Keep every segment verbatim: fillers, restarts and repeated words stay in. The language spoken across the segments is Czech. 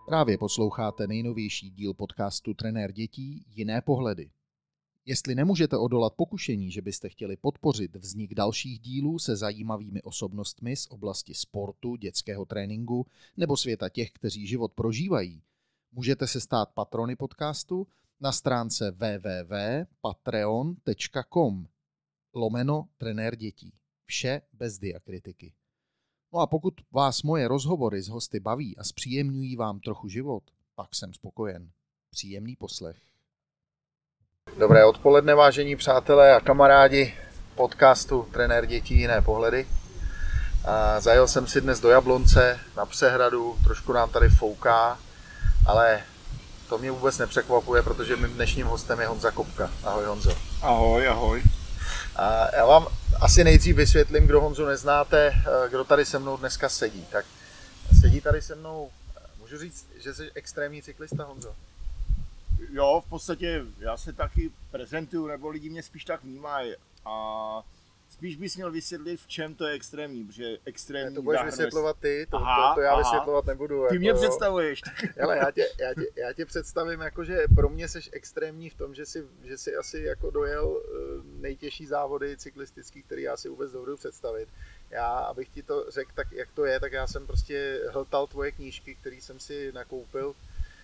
Právě posloucháte nejnovější díl podcastu Trenér dětí Jiné pohledy. Jestli nemůžete odolat pokušení, že byste chtěli podpořit vznik dalších dílů se zajímavými osobnostmi z oblasti sportu, dětského tréninku nebo světa těch, kteří život prožívají, můžete se stát patrony podcastu na stránce w w w tečka patreon tečka com lomeno trenér dětí. Vše bez diakritiky. No a pokud vás moje rozhovory s hosty baví a zpříjemňují vám trochu život, pak jsem spokojen. Příjemný poslech. Dobré odpoledne, vážení přátelé a kamarádi podcastu Trenér dětí Jiné pohledy. A zajel jsem si dnes do Jablonce na přehradu, trošku nám tady fouká, ale to mě vůbec nepřekvapuje, protože mým dnešním hostem je Honza Kopka. Ahoj, Honzo. Ahoj, ahoj. A já vám asi nejdřív vysvětlím, kdo Honzu neznáte, kdo tady se mnou dneska sedí. Tak sedí tady se mnou, můžu říct, že jsi extrémní cyklista, Honzo? Jo, v podstatě já se taky prezentuju, nebo lidi mě spíš tak vnímají. A spíš bys měl vysvětlit, v čem to je extrémní, protože extrémní... Ne, to budeš zahrneš... vysvětlovat ty, to, aha, to, to já aha. vysvětlovat nebudu. Ty jako, mě představuješ. Hele, já tě, já, tě, já tě představím jako, že pro mě jsi extrémní v tom, že jsi, že jsi asi jako dojel nejtěžší závody cyklistický, který já si vůbec dovedu představit. Já, abych ti to řekl, tak jak to je, tak já jsem prostě hltal tvoje knížky, které jsem si nakoupil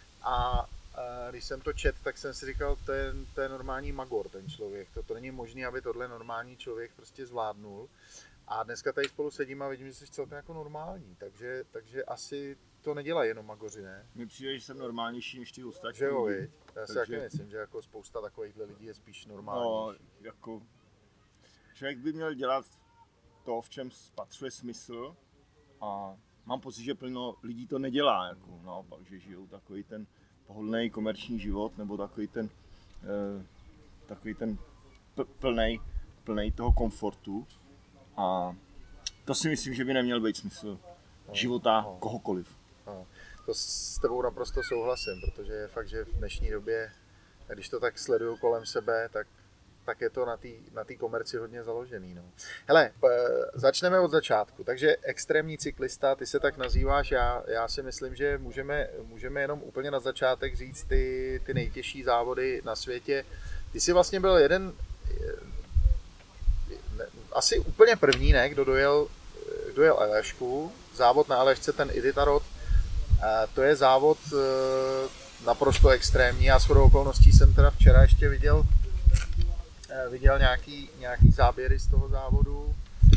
a A když jsem to čet, tak jsem si říkal, to je, to je normální magor, ten člověk. To, to není možné, aby tohle normální člověk prostě zvládnul. A dneska tady spolu sedím a vidím, že jsi celkem jako normální. Takže, takže asi to nedělají jenom magoři, ne? Mi přijde, že jsem normálnější než ty ostatní. Že jo, viď? Já si takže... taky myslím, že jako spousta takovýchhle lidí je spíš normální. No, jako... Člověk by měl dělat to, v čem spatřuje smysl. A mám pocit, že plno lidí to nedělá. Jako, naopak, že žijou takový ten pohodlný komerční život, nebo takový ten, eh, takový ten plnej, plnej toho komfortu. A to si myslím, že by neměl být smysl života no, no. kohokoliv. No. To s tebou naprosto souhlasím, protože je fakt, že v dnešní době, když to tak sleduju kolem sebe, tak, tak je to na té na té komerci hodně založený. No. Hele, začneme od začátku. Takže extrémní cyklista, ty se tak nazýváš, já, já si myslím, že můžeme, můžeme jenom úplně na začátek říct ty, ty nejtěžší závody na světě. Ty jsi vlastně byl jeden, ne, asi úplně první, ne, kdo dojel, kdo jel Aljašku, závod na Aljašce, ten Iditarod, to je závod naprosto extrémní. Já shodou okolností jsem teda včera ještě viděl viděl nějaký, nějaký záběry z toho závodu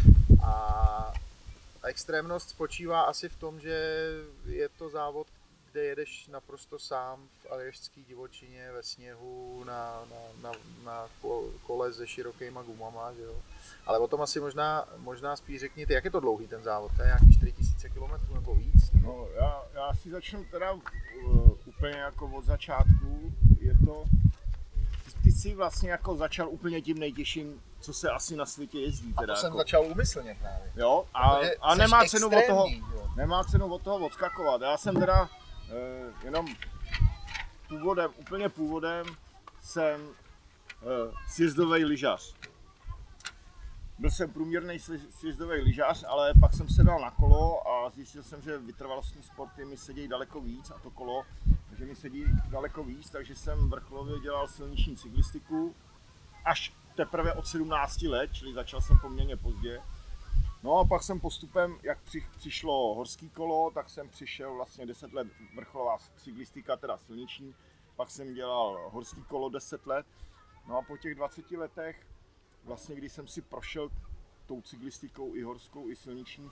a extrémnost spočívá asi v tom, že je to závod, kde jedeš naprosto sám v aljašské divočině ve sněhu na, na, na, na kole se širokýma gumama, že jo. Ale o tom asi možná, možná spíš řekni ty, jak je to dlouhý ten závod, to je nějaký čtyři tisíce kilometrů nebo víc? No, já, já si začnu teda uh, úplně jako od začátku, je to Ty jsi vlastně jako začal úplně tím nejtěžším, co se asi na světě jezdí. Teda a to jsem jako. začal úmyslně právě. Jo, a, a nemá cenu od toho, nemá cenu od toho odskakovat. Já jsem teda eh, jenom původem, úplně původem jsem eh, sjezdový lyžař. Byl jsem průměrný sjezdový lyžař, ale pak jsem se dal na kolo a zjistil jsem, že vytrvalostní sporty mi sedí daleko víc a to kolo že mi sedí daleko víc, takže jsem vrcholově dělal silniční cyklistiku až teprve od sedmnácti let, čili začal jsem poměrně pozdě. No a pak jsem postupem, jak při, přišlo horský kolo, tak jsem přišel vlastně deset let vrcholová cyklistika, teda silniční, pak jsem dělal horský kolo deset let. No a po těch dvaceti letech, vlastně když jsem si prošel tou cyklistikou i horskou, i silniční,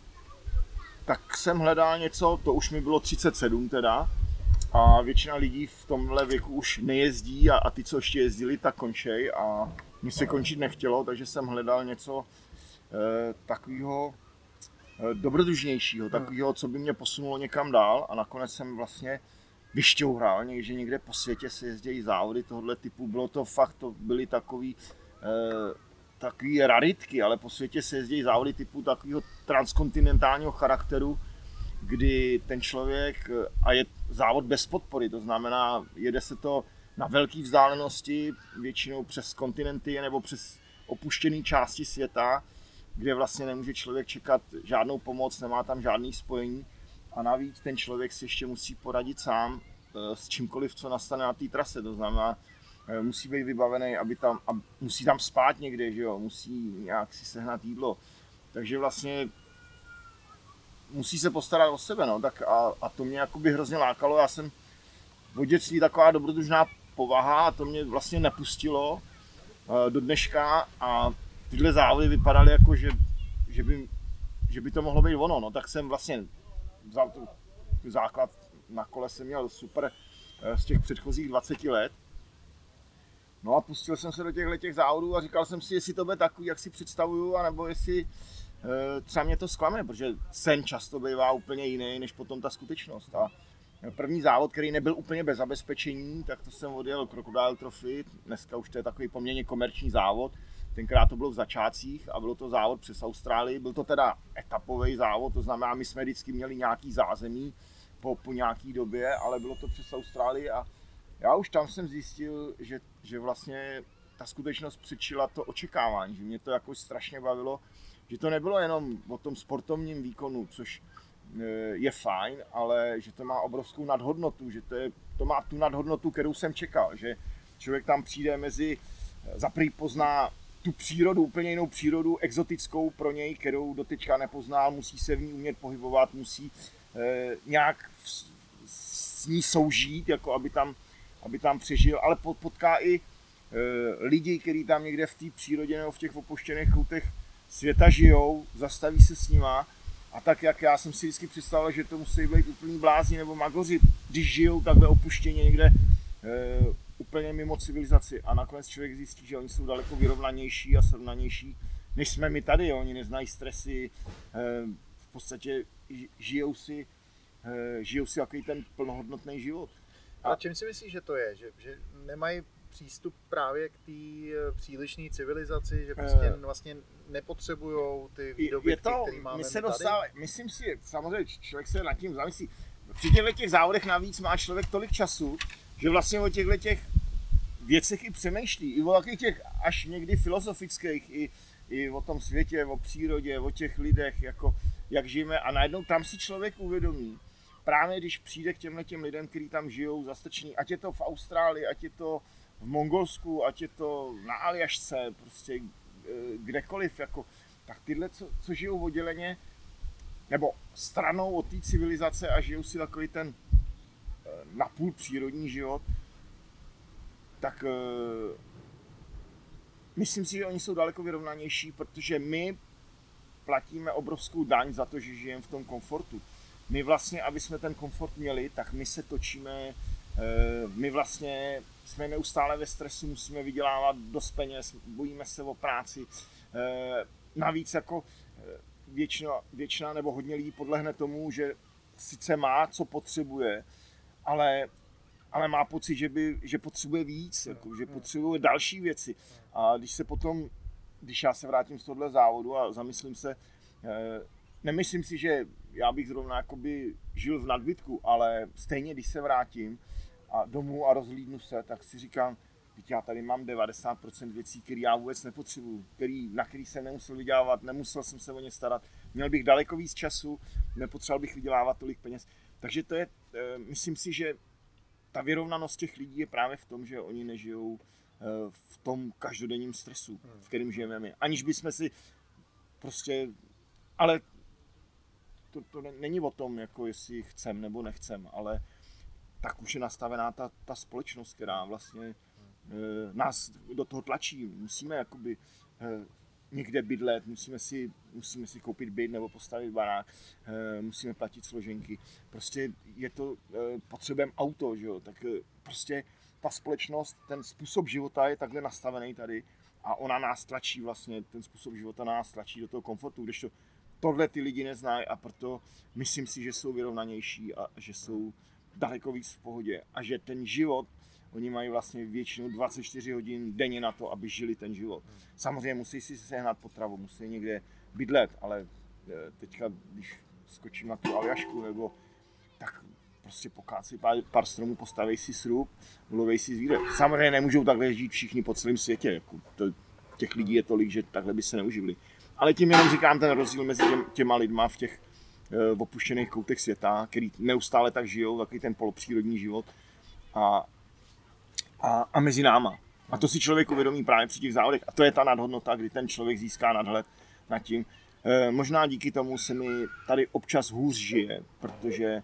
tak jsem hledal něco, to už mi bylo třicet sedm teda, a většina lidí v tomhle věku už nejezdí a, a ty, co ještě jezdili, tak končej a mi se končit nechtělo, takže jsem hledal něco eh, takového eh, dobrodružnějšího, takového, co by mě posunulo někam dál a nakonec jsem vlastně vyšťouhral, že někde po světě se jezdí závody tohoto typu, bylo to fakt, to byly takový, eh, takový raritky, ale po světě se jezdí závody typu takového transkontinentálního charakteru, kdy ten člověk, a je závod bez podpory, to znamená, jede se to na velké vzdálenosti, většinou přes kontinenty nebo přes opuštěné části světa, kde vlastně nemůže člověk čekat žádnou pomoc, nemá tam žádný spojení a navíc ten člověk si ještě musí poradit sám s čímkoliv, co nastane na té trase, to znamená, musí být vybavený, aby tam, a musí tam spát někde, že jo, musí nějak si sehnat jídlo, takže vlastně musí se postarat o sebe, no, tak a, a to mě jakoby hrozně lákalo, já jsem od dětství taková dobrodružná povaha a to mě vlastně nepustilo uh, do dneška a tyhle závody vypadaly jako, že, že, by, že by to mohlo být ono, no, tak jsem vlastně vzal tu základ na kole, jsem měl super uh, z těch předchozích dvaceti let. No a pustil jsem se do těchto těch závodů a říkal jsem si, jestli to bude takový, jak si představuju, anebo jestli uh, třeba mě to zklame, protože sen často bývá úplně jiný, než potom ta skutečnost. A první závod, který nebyl úplně bez zabezpečení, tak to jsem odjel Crocodile Trophy, dneska už to je takový poměrně komerční závod, tenkrát to bylo v začátcích a bylo to závod přes Austrálii, byl to teda etapový závod, to znamená, my jsme vždycky měli nějaký zázemí po, po nějaký době, ale bylo to přes Austrálii a já už tam jsem zjistil, že, že vlastně ta skutečnost předčila to očekávání, že mě to jako strašně bavilo, že to nebylo jenom o tom sportovním výkonu, což je fajn, ale že to má obrovskou nadhodnotu, že to, je, to má tu nadhodnotu, kterou jsem čekal, že člověk tam přijde mezi, za prý pozná tu přírodu, úplně jinou přírodu, exotickou pro něj, kterou doteďka nepoznal, musí se v ní umět pohybovat, musí eh, nějak v, s ní soužít, jako aby tam, aby tam přežil, ale potká i eh, lidi, kteří tam někde v té přírodě nebo v těch opuštěných koutech světa žijou, zastaví se s nima. A tak, jak já jsem si vždycky představil, že to musí být úplný blázni nebo magoři, když žijou takhle opuštěně někde e, úplně mimo civilizaci. A nakonec člověk zjistí, že oni jsou daleko vyrovnanější a srovnanější, než jsme my tady. Oni neznají stresy, e, v podstatě žijou si, e, žijou si takový ten plnohodnotný život. A, a čím si myslíš, že to je? Že, že nemají přístup právě k té přílišné civilizaci, že prostě vlastně nepotřebujou ty výdobytky, které máme my se dostávají, myslím si, samozřejmě člověk se nad tím zamyslí. Při těchto těch závodech navíc má člověk tolik času, že vlastně o těchto těch věcech i přemýšlí. I o takových těch až někdy filozofických, i, i o tom světě, o přírodě, o těch lidech, jako, jak žijeme. A najednou tam si člověk uvědomí, právě když přijde k těmhle těm lidem, kteří tam žijou zastrčení, ať je to v Austrálii, ať je to v Mongolsku, ať je to na Aljašce, prostě kdekoliv, jako, tak tyhle, co, co žijou odděleně, nebo stranou od té civilizace a žijou si takový ten napůl přírodní život, tak uh, myslím si, že oni jsou daleko vyrovnanější, protože my platíme obrovskou daň za to, že žijeme v tom komfortu. My vlastně, aby jsme ten komfort měli, tak my se točíme, uh, my vlastně jsme neustále ve stresu, musíme vydělávat dost peněz, bojíme se o práci. Uh, navíc jako většina, většina nebo hodně lidí podlehne tomu, že sice má, co potřebuje, ale, ale má pocit, že, by, že potřebuje víc, jako, že potřebuje další věci. A když se potom, když já se vrátím z tohohle závodu a zamyslím se, nemyslím si, že já bych zrovna jakoby žil v nadbytku, ale stejně, když se vrátím a domů a rozhlídnu se, tak si říkám, teď já tady mám devadesát procent věcí, které já vůbec nepotřebuju, který, na který jsem nemusel vydělávat, nemusel jsem se o ně starat, měl bych daleko víc času, nepotřeboval bych vydělávat tolik peněz. Takže to je, myslím si, že ta vyrovnanost těch lidí je právě v tom, že oni nežijou v tom každodenním stresu, v kterém žijeme my. Aniž bychom si prostě, ale to, to není o tom, jako jestli chcem nebo nechcem, ale tak už je nastavená ta, ta společnost, která vlastně nás do toho tlačí, musíme jakoby někde bydlet, musíme si, musíme si koupit byt nebo postavit barák, musíme platit složenky, prostě je to, potřebujeme auto, že jo, tak prostě ta společnost, ten způsob života je takhle nastavený tady a ona nás tlačí vlastně, ten způsob života nás tlačí do toho komfortu, kdežto tohle ty lidi neznají a proto myslím si, že jsou vyrovnanější a že jsou daleko víc v pohodě a že ten život, oni mají vlastně většinou dvacet čtyři hodin denně na to, aby žili ten život. Samozřejmě musí si sehnat potravu, musí někde bydlet, ale teďka, když skočím na tu Aljašku, nebo tak prostě pokácí pár, pár stromů, postaví si srub, mluví si zvíře. Samozřejmě nemůžou takhle žít všichni po celém světě, jako to, těch lidí je tolik, že takhle by se neuživili. Ale tím jenom říkám ten rozdíl mezi těm, těma lidma v těch v opuštěných koutech světa, který neustále tak žijou, takový ten polopřírodní život a, a, a mezi náma. A to si člověk uvědomí právě při těch závodech. A to je ta nadhodnota, kdy ten člověk získá nadhled nad tím. E, možná díky tomu se mi tady občas hůř žije, protože e,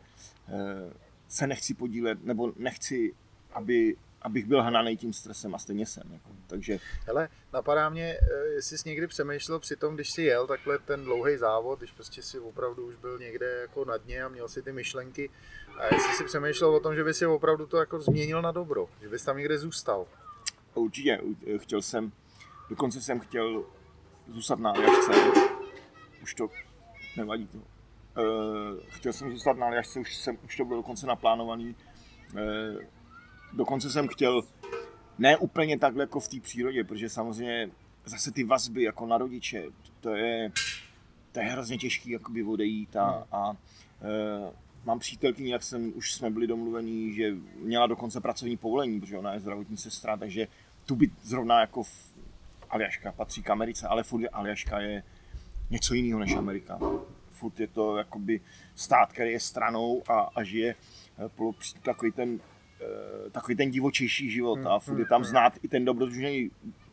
se nechci podílet, nebo nechci, aby, abych byl hnaný tím stresem a stejně jsem. Jako. Takže... Hele, napadá mě, jestli jsi někdy přemýšlel při tom, když jsi jel takhle ten dlouhý závod, když prostě si opravdu už byl někde jako na dně a měl si ty myšlenky, a jestli si přemýšlel o tom, že by si opravdu to jako změnil na dobro, že bys tam někde zůstal. Určitě, chtěl jsem, dokonce jsem chtěl zůstat na Aljašce, už to nevadí to. Chtěl jsem zůstat na Aljašce, už, jsem, už to bylo dokonce naplánovaný. Dokonce jsem chtěl, ne úplně takhle jako v té přírodě, protože samozřejmě zase ty vazby jako na rodiče, to je, to je hrozně těžký jakoby odejít a, a e, mám přítelkyni, jak jsem, už jsme byli domluvení, že měla dokonce pracovní povolení, protože ona je zdravotní sestra, takže tu by zrovna jako v Aljaška patří k Americe, ale furt Aljaška je něco jiného než Amerika. Furt je to jakoby stát, který je stranou a, a žije polopří, takový ten takový ten divočejší život a furt je tam znát i ten dobrodružný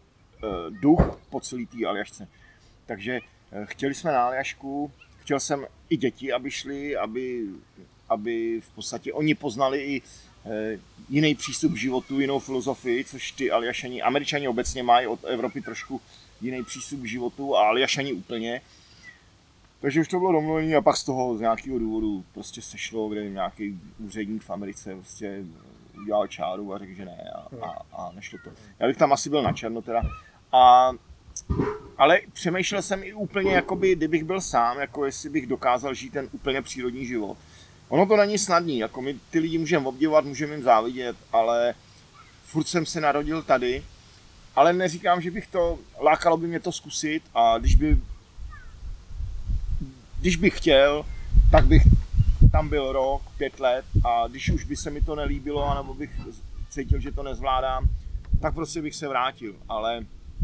duch po celé té Aljašce. Takže chtěli jsme na Aljašku, chtěl jsem i děti, aby šli, aby, aby v podstatě oni poznali i jiný přístup k životu, jinou filozofii, což ty Aljašani, Američani obecně mají od Evropy trošku jiný přístup k životu a Aljašani úplně. Takže už to bylo domluvené a pak z toho z nějakého důvodu prostě sešlo, kde nějaký úředník v Americe prostě udělal čáru a řekl, že ne a, a, a nešlo to. Já bych tam asi byl na černo teda. A, ale přemýšlel jsem i úplně, jakoby, kdybych byl sám, jako jestli bych dokázal žít ten úplně přírodní život. Ono to není snadný, jako my ty lidi můžeme obdivovat, můžeme jim závidět, ale furt jsem se narodil tady, ale neříkám, že bych to, lákalo by mě to zkusit a když by Když bych chtěl, tak bych tam byl rok, pět let a když už by se mi to nelíbilo, anebo bych cítil, že to nezvládám, tak prostě bych se vrátil. Ale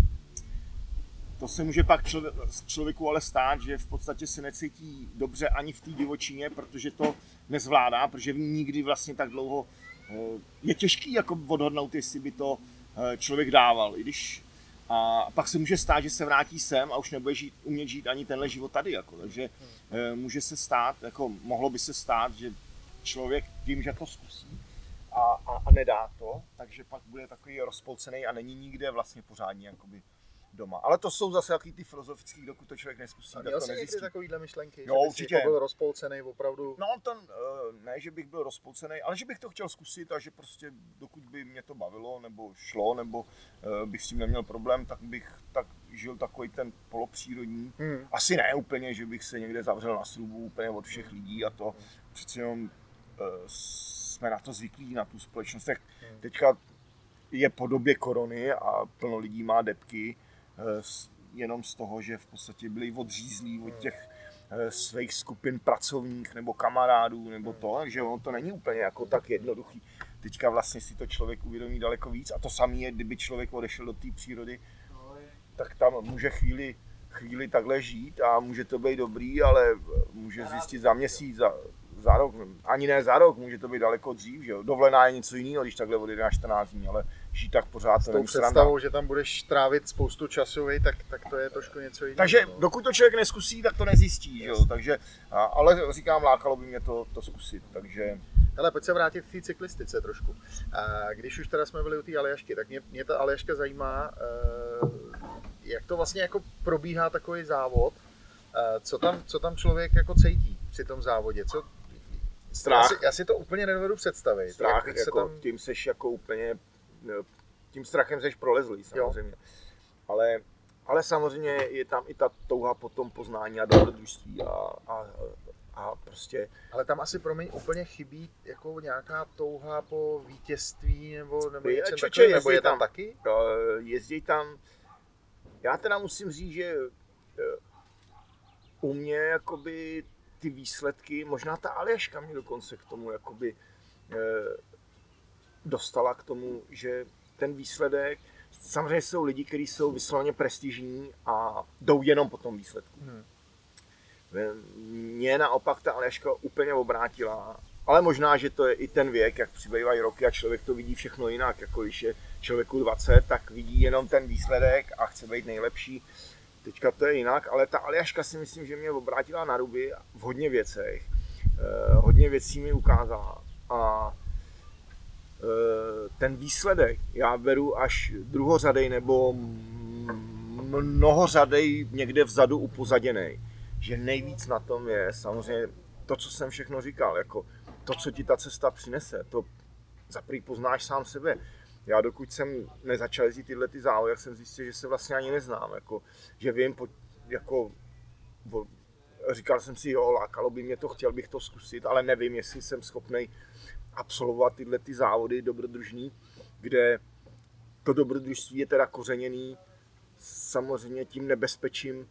to se může pak člově- člověku ale stát, že v podstatě se necítí dobře ani v té divočině, protože to nezvládá, protože v ní nikdy vlastně tak dlouho je těžký jako odhodnout, jestli by to člověk dával. I když a pak se může stát, že se vrátí sem a už nebude žít, umět žít ani tenhle život tady. Jako. Takže hmm. může se stát, jako mohlo by se stát, že člověk tím, že to zkusí a, a, a nedá to, takže pak bude takový rozpolcený a není nikde vlastně pořádně jakoby doma. Ale to jsou zase takový ty filozofický, dokud to člověk neskusí, a tak měl to jsi nezjistí. někdy takovýhle myšlenky, jo, že určitě. bys byl rozpolcený opravdu? No to ne, že bych byl rozpolcený, ale že bych to chtěl zkusit a že prostě dokud by mě to bavilo nebo šlo, nebo bych s tím neměl problém, tak bych tak žil takový ten polopřírodní. Hmm. Asi ne úplně, že bych se někde zavřel na srubu úplně od všech lidí a to přeci jenom jsme na to zvyklí, na tu společnost. Hmm. Teďka je po době korony a plno lidí má depky, jenom z toho, že v podstatě byli odřízlí od těch svých skupin pracovních nebo kamarádů nebo to, takže ono to není úplně jako tak jednoduchý. Teďka vlastně si to člověk uvědomí daleko víc a to samé je, kdyby člověk odešel do té přírody, tak tam může chvíli, chvíli takhle žít a může to být dobrý, ale může zjistit za měsíc, za, za rok, ani ne za rok, může to být daleko dřív, že jo. Dovolená je něco jiného, když takhle odjede na čtrnáct dní, ale žít tak pořád to není sranda. S tou představou, že tam budeš trávit spoustu času, tak, tak to je trošku něco jiného. Takže dokud to člověk neskusí, tak to nezjistí, že jo. Takže, ale říkám, lákalo by mě to, to zkusit, takže... Hele, pojď se vrátit k té cyklistice trošku. A když už teda jsme byli u té Aljašky, tak mě, mě ta Aljaška zajímá, jak to vlastně jako probíhá takový závod, co tam, co tam člověk jako cítí při tom závodě, co... Strach. Já si, já si to úplně nedovedu představit. Strach, jak, jako, tam... tím seš jako úplně, tím strachem seš prolezlý samozřejmě. Jo. Ale, ale samozřejmě je tam i ta touha po tom poznání a dobrodružství a, a, a prostě... Ale tam asi pro mě úplně chybí jako nějaká touha po vítězství nebo, nebo je, něčem čeče, takovým, nebo je tam, tam taky? Jezdí tam, já teda musím říct, že u mě jakoby ty výsledky, možná ta Aljaška mě dokonce k tomu jakoby e, dostala k tomu, že ten výsledek, samozřejmě jsou lidi, kteří jsou vysloveně prestižní a jdou jenom po tom výsledku. Hmm. Mě naopak ta Aljaška úplně obrátila. Ale možná, že to je i ten věk, jak přibývají roky a člověk to vidí všechno jinak. Jako když je člověku dvacet, tak vidí jenom ten výsledek a chce být nejlepší. Teďka to je jinak, ale ta Aljaška si myslím, že mě obrátila na ruby v hodně věcech. Eh, hodně věcí mi ukázala. A eh, ten výsledek já beru až druhořadej nebo mnohořadej někde vzadu upozaděnej. Že nejvíc na tom je samozřejmě to, co jsem všechno říkal, jako to, co ti ta cesta přinese, to za prý poznáš sám sebe. Já dokud jsem nezačal jezdit tyhle ty závody, jak jsem zjistil, že se vlastně ani neznám, jako, že vím, jako, říkal jsem si, jo, lákalo by mě to, chtěl bych to zkusit, ale nevím, jestli jsem schopný absolvovat tyhle ty závody dobrodružný, kde to dobrodružství je teda kořeněný samozřejmě tím nebezpečím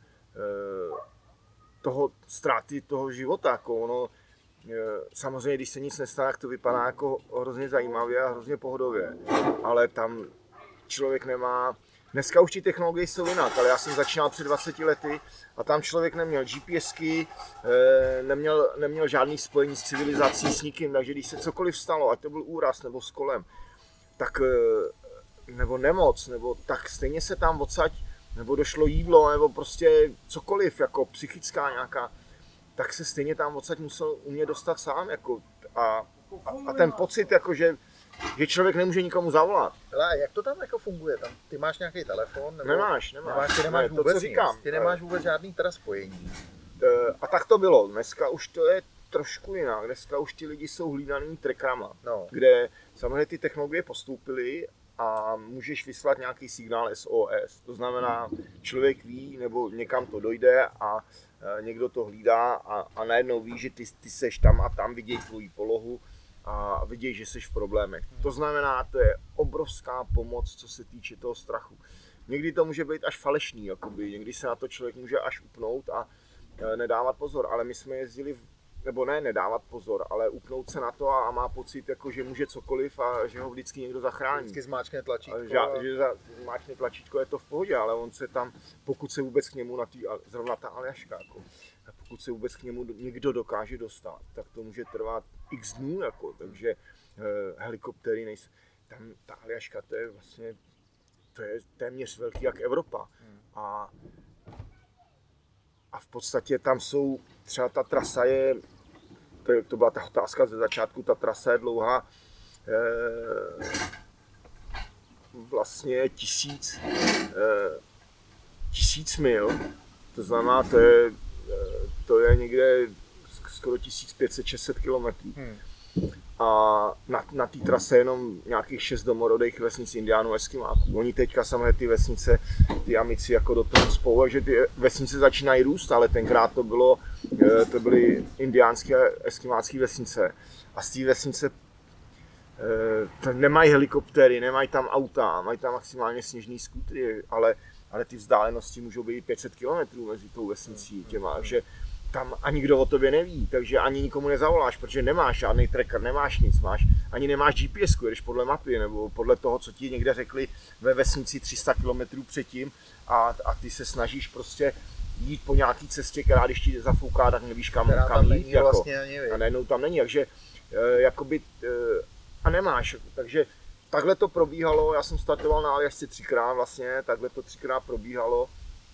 toho ztráty toho života, jako ono, samozřejmě, když se nic nestane, tak to vypadá jako hrozně zajímavě a hrozně pohodově, ale tam člověk nemá, dneska už ty technologie jsou jinak, ale já jsem začínal před dvaceti lety a tam člověk neměl GPSky, neměl, neměl žádný spojení s civilizací, s nikým, takže když se cokoliv stalo, ať to byl úraz nebo s kolem, tak, nebo nemoc, nebo tak stejně se tam odsaď, nebo došlo jídlo, nebo prostě cokoliv, jako psychická nějaká, tak se stejně tam odsaď musel umět dostat sám, jako, a, a, a ten pocit, jako, že, že člověk nemůže nikomu zavolat. Ale jak to tam jako funguje? Tam, ty máš nějaký telefon? Nebo nemáš, nemáš. nemáš ty nemáš ne, vůbec to, co říkám. Ty nemáš vůbec žádný teda spojení. A tak to bylo. Dneska už to je trošku jinak. Dneska už ti lidi jsou hlídaný trackerama, no. Kde samozřejmě ty technologie postoupily a můžeš vyslat nějaký signál S O S. To znamená, člověk ví, nebo někam to dojde a někdo to hlídá a, a najednou ví, že ty, ty seš tam a tam, vidějí tvoji polohu a vidějí, že seš v problémech. To znamená, to je obrovská pomoc, co se týče toho strachu. Někdy to může být až falešný, jakoby. Někdy se na to člověk může až upnout a nedávat pozor, ale my jsme jezdili, nebo ne nedávat pozor, ale upnout se na to a má pocit, jako, že může cokoliv a že ho vždycky někdo zachrání. Vždycky zmáčkne tlačítko. Že, a... že zmáčkne tlačítko, je to v pohodě, ale on se tam, pokud se vůbec k němu, na tý, zrovna ta Aljaška, jako, pokud se vůbec k němu někdo dokáže dostat, tak to může trvat x dnů, jako, takže eh, helikoptery nejsou, tam ta Aljaška, to je vlastně, to je téměř velký jak Evropa. Hmm. A A v podstatě tam jsou, třeba ta trasa je, to, je, to byla ta otázka ze začátku, ta trasa je dlouhá eh, vlastně tisíc, eh, tisíc mil, to znamená, to je, to je někde skoro tisíc pět set až šest set kilometrů. Hmm. A na, na té trase jenom nějakých šest domorodých vesnic Indiánů, Eskimáků. Oni teďka samozřejmě ty vesnice, ty amici jako do toho spolu, takže ty vesnice začínají růst, ale tenkrát to bylo, to byly indiánské a eskimácké vesnice. A z té vesnice nemají helikoptéry, nemají tam auta, mají tam maximálně sněžný skútry, ale, ale ty vzdálenosti můžou být pět set kilometrů mezi tou vesnicí těma, takže tam ani kdo o tobě neví, takže ani nikomu nezavoláš, protože nemáš žádný tracker, nemáš nic, máš, ani nemáš G P S ku, jedeš podle mapy nebo podle toho, co ti někde řekli ve vesnici tři sta kilometrů předtím a, a ty se snažíš prostě jít po nějaký cestě, která když ti zafouká, tak nevíš kam, kam jít, jako, vlastně ani, a najednou tam není, takže e, jakoby, e, a nemáš, takže takhle to probíhalo, já jsem startoval na Aljašce třikrát vlastně, takhle to třikrát probíhalo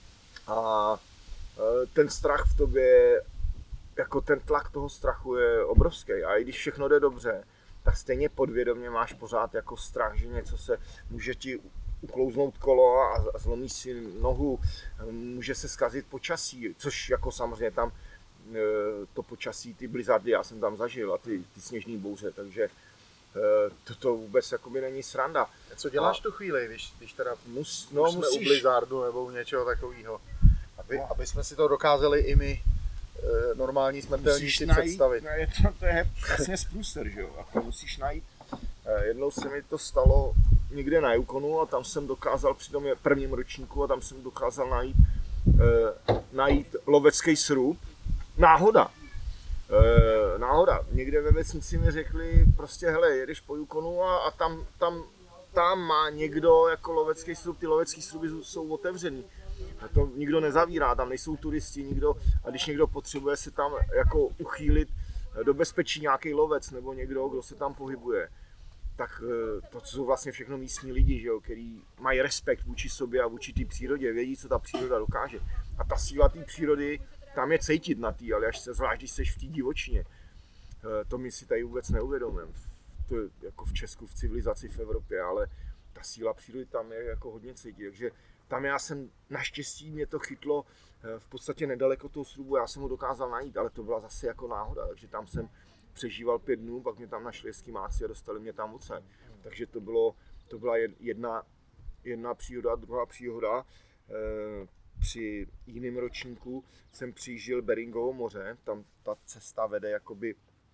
a ten strach v tobě, jako ten tlak toho strachu je obrovský a i když všechno jde dobře, tak stejně podvědomě máš pořád jako strach, že něco se může ti uklouznout kolo a zlomíš si nohu, může se zkazit počasí, což jako samozřejmě tam to počasí, ty blizzardy, já jsem tam zažil a ty, ty sněžní bouře, takže toto vůbec jakoby není sranda. A co děláš a tu chvíli, když, když teda mus, no, jsme musíš, u blizzardu nebo u něčeho takového? Aby, no. aby jsme si to dokázali i my e, normální smrtelníci představit. No, je to, to je vlastně sprůser, že jo? A to musíš najít. E, jednou se mi to stalo někde na Yukonu a tam jsem dokázal při tom prvním ročníku a tam jsem dokázal najít, e, najít lovecký srub. Náhoda. E, náhoda. Někde ve vesnici mi řekli prostě, hele, jedeš po Yukonu a, a tam, tam, tam má někdo jako lovecký srub, ty lovecký sruby jsou otevřený. To nikdo nezavírá, tam nejsou turisti, nikdo, a když někdo potřebuje se tam jako uchýlit do bezpečí, nějaký lovec nebo někdo, kdo se tam pohybuje, tak to jsou vlastně všechno místní lidi, že jo, který mají respekt vůči sobě a vůči té přírodě, vědí, co ta příroda dokáže. A ta síla té přírody, tam je cítit na té, ale až se, zvlášť když jsi v té divočině. To my si tady vůbec neuvědomujeme. To je jako v Česku, v civilizaci, v Evropě, ale ta síla přírody tam je jako hodně cítit. Takže tam já jsem, naštěstí mě to chytlo v podstatě nedaleko toho srubu, já jsem ho dokázal najít, ale to byla zase jako náhoda, takže tam jsem přežíval pět dnů, pak mě tam našli eskimáci a dostali mě tam odsaď. Takže to, bylo, to byla jedna, jedna příhoda, druhá příhoda. E, při jiném ročníku jsem přijížděl Beringovo moře, tam ta cesta vede jakoby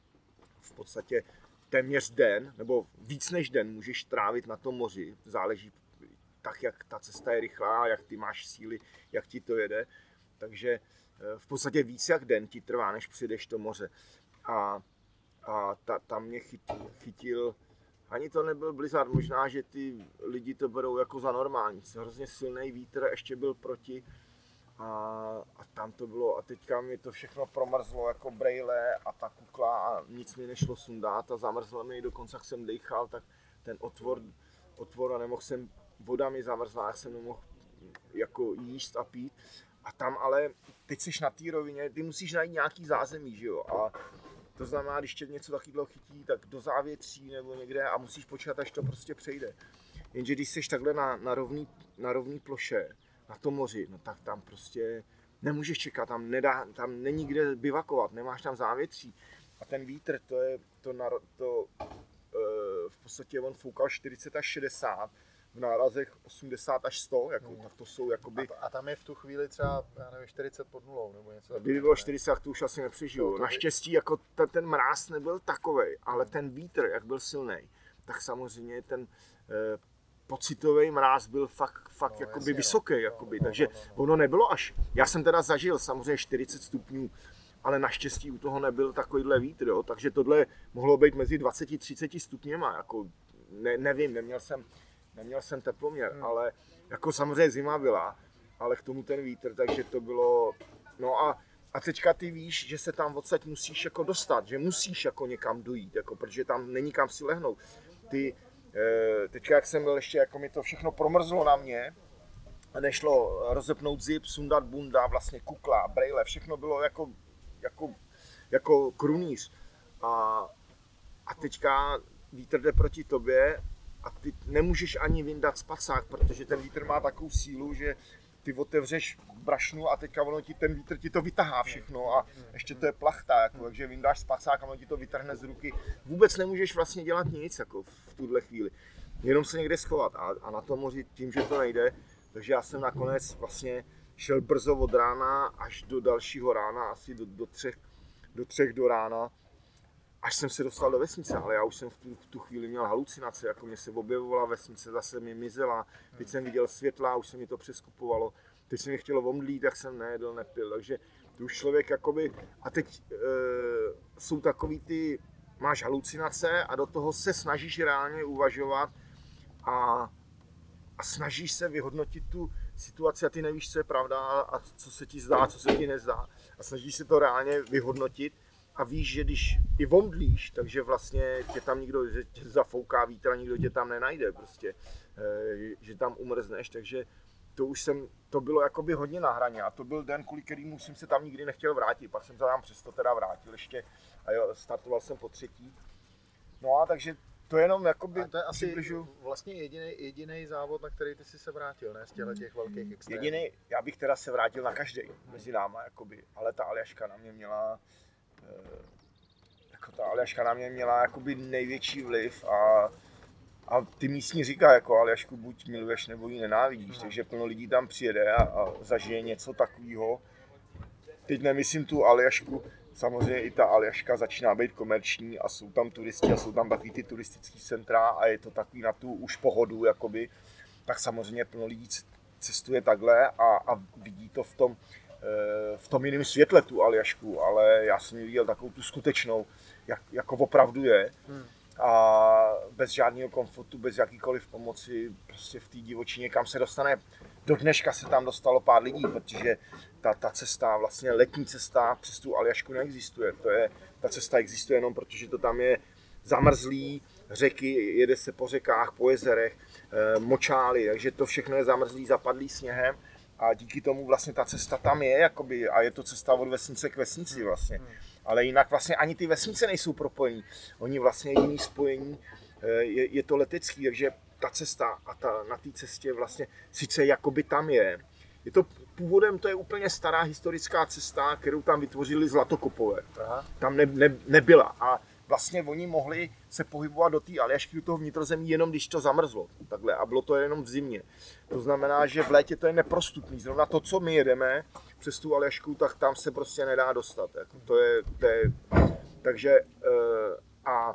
v podstatě téměř den, nebo víc než den můžeš trávit na tom moři, záleží tak, jak ta cesta je rychlá, jak ty máš síly, jak ti to jede. Takže v podstatě víc jak den ti trvá, než přijdeš to moře. A, a ta, tam mě chytil, chytil, ani to nebyl blizzard, možná, že ty lidi to berou jako za normální. Hrozně silný vítr, ještě byl proti. A, a tam to bylo, a teďka mi to všechno promrzlo jako brejle a ta kukla a nic mi nešlo sundat a zamrzlo mi, dokonce jak jsem dejchal, tak ten otvor, otvor a nemohl jsem, voda mi zamrzla, já jsem nemohl jako jíst a pít. A tam ale, teď jsi na té rovině, ty musíš najít nějaký zázemí, že jo, a to znamená, když tě něco takového chytí, tak do závětří nebo někde a musíš počkat, až to prostě přejde. Jenže když jsi takhle na, na, rovný, na rovný ploše, na tom moři, no tak tam prostě nemůžeš čekat, tam, nedá, tam není kde bivakovat, nemáš tam závětří. A ten vítr, to je, to, to e, v podstatě on foukal čtyřicet až šedesát, v nárazech osmdesát až sto, jako, hmm. tak to jsou jakoby... A, a tam je v tu chvíli třeba, já nevím, čtyřicet pod nulou, nebo něco takového. Kdyby bylo čtyřicet, tak to už asi nepřežiju. To, to Naštěstí jako ten, ten mráz nebyl takovej, ale hmm. ten vítr, jak byl silný, tak samozřejmě ten e, pocitový mráz byl fakt, fakt no, jakoby jasně, vysoký, no, jakoby, no, takže no, no, no. ono nebylo až... Já jsem teda zažil samozřejmě čtyřicet stupňů, ale naštěstí u toho nebyl takovýhle vítr, jo, takže tohle mohlo být mezi dvacet až třicet stupněma, jako ne, nevím, neměl jsem... Neměl jsem teploměr, hmm. ale jako samozřejmě zima byla, ale k tomu ten vítr, takže to bylo, no a, a teďka ty víš, že se tam odsaď musíš jako dostat, že musíš jako někam dojít, jako, protože tam není kam si lehnout. Ty, e, teďka jak jsem byl ještě, jako mi to všechno promrzlo na mě, nešlo rozepnout zip, sundat bunda, vlastně kukla, brejle, všechno bylo jako, jako, jako krunýř. A, a teďka vítr jde proti tobě, a ty nemůžeš ani vyndat spacák, protože ten vítr má takovou sílu, že ty otevřeš brašnu a teďka ono ti, ten vítr ti to vytahá všechno a ještě to je plachta, jako, takže vyndáš spacák a ono ti to vytrhne z ruky. Vůbec nemůžeš vlastně dělat nic jako v tuhle chvíli, jenom se někde schovat a, a na tom moři tím, že to nejde, takže já jsem nakonec vlastně šel brzo od rána až do dalšího rána, asi do, do, třech, do třech do rána. Až jsem se dostal do vesnice, ale já už jsem v tu, v tu chvíli měl halucinace, jako mě se objevovala vesnice, zase mi mizela, teď jsem viděl světla, už se mi to přeskupovalo, teď se mi chtělo omdlít, tak jsem nejedl, nepil, takže to už člověk jakoby, a teď e, jsou takový ty, máš halucinace a do toho se snažíš reálně uvažovat a, a snažíš se vyhodnotit tu situaci a ty nevíš, co je pravda a co se ti zdá, co se ti nezdá a snažíš se to reálně vyhodnotit. A víš, že když i omdlíš, takže vlastně tě tam nikdo, že tě zafouká vítr a nikdo tě tam nenajde prostě, že tam umrzneš, takže to už jsem, to bylo jakoby hodně na hraně a to byl den, kvůli kterému jsem se tam nikdy nechtěl vrátit, pak jsem se tam přesto teda vrátil ještě a jo, startoval jsem po třetí. No a takže to jenom jakoby a to je asi přibližu. Vlastně jediný jediný závod, na který ty jsi se vrátil, ne z těchto těch velkých extrémů. Jediný, já bych teda se vrátil na každý mezi náma, jakoby, ale ta Aljaška na mě měla jako ta Aljaška na mě měla jakoby největší vliv a, a ty místní říká jako Aljašku buď miluješ nebo ji nenávidíš, takže plno lidí tam přijede a, a zažije něco takového. Teď nemyslím tu Aljašku, samozřejmě i ta Aljaška začíná být komerční a jsou tam turisti a jsou tam takový ty turistický centra a je to takový na tu už pohodu jakoby, tak samozřejmě plno lidí cestuje takhle a, a vidí to v tom v tom jiném světle tu Aljašku, ale já jsem ji viděl takovou tu skutečnou, jak, jako opravdu je. Hmm. a bez žádného komfortu, bez jakýkoliv pomoci prostě v té divočině, kam se dostane. Do dneška se tam dostalo pár lidí, protože ta, ta cesta, vlastně letní cesta přes tu Aljašku neexistuje. To je, ta cesta existuje jenom protože to tam je zamrzlý, řeky, jede se po řekách, po jezerech, e, močály, takže to všechno je zamrzlý, zapadlý sněhem a díky tomu vlastně ta cesta tam je, jakoby, a je to cesta od vesnice k vesnici vlastně. Ale jinak vlastně ani ty vesnice nejsou propojení. Oni vlastně jediný spojení je, je to letecký, takže ta cesta a ta, na té cestě vlastně sice jakoby tam je. Je to původem, to je úplně stará historická cesta, kterou tam vytvořili Zlatokopové. Aha. Tam ne, ne, nebyla a vlastně oni mohli se pohybovat do té Aljašky, do toho vnitrozemí, jenom když to zamrzlo. Takhle. A bylo to jenom v zimě. To znamená, že v létě to je neprostupný. Zrovna to, co my jedeme přes tu Aljašku, tak tam se prostě nedá dostat. Jako to je, to je, takže a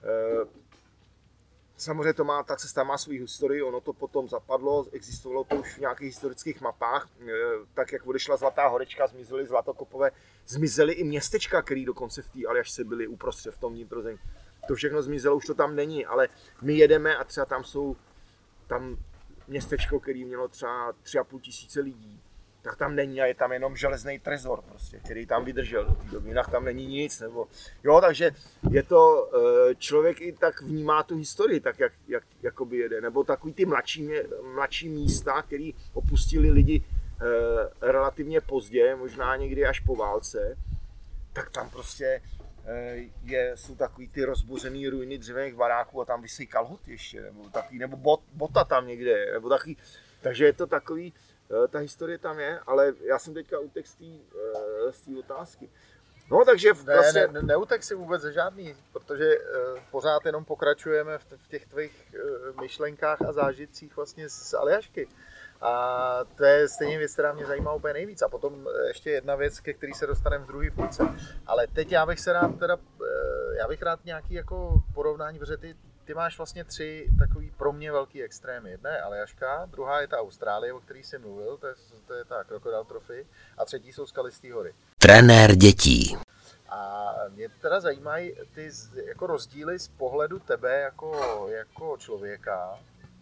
samozřejmě to má, ta cesta má svou historii, ono to potom zapadlo, existovalo to už v nějakých historických mapách, tak jak odešla Zlatá horečka, zmizely Zlatokopové, zmizely i městečka, které dokonce v té Aljašce byly uprostřed v tom vnitrozemí. To všechno zmizelo, už to tam není, ale my jedeme a třeba tam jsou tam městečko, které mělo třeba tři a půl tisíce lidí, tak tam není a je tam jenom železný trezor, prostě, který tam vydržel do té doby, jinak tam není nic, nebo jo, takže je to, člověk i tak vnímá tu historii, tak jak, jak jakoby jede, nebo takový ty mladší, mladší místa, který opustili lidi eh, relativně pozdě, možná někdy až po válce, tak tam prostě eh, je, jsou takový ty rozbořený ruiny dřevěných baráků a tam visí kalhoty ještě, nebo takový, nebo bot, bota tam někde, nebo takový, takže je to takový, ta historie tam je, ale já jsem teďka utek z té otázky. No, takže vlastně... Ne, ne, neutek si vůbec žádný, protože uh, pořád jenom pokračujeme v, v těch tvých uh, myšlenkách a zážitcích vlastně z Aljašky. A to je stejně věc, která mě zajímá úplně nejvíc. A potom ještě jedna věc, ke který se dostaneme v druhé půlce. Ale teď já bych se rád teda, uh, já bych rád nějaký jako porovnání, protože ty Ty máš vlastně tři takový pro mě velký extrémy. Jedna je Aljaška, druhá je ta Austrálie, o který jsi mluvil, to je, to je ta Crocodile Trophy, a třetí jsou Skalistý hory. Trenér dětí. A mě teda zajímají ty jako rozdíly z pohledu tebe jako, jako člověka.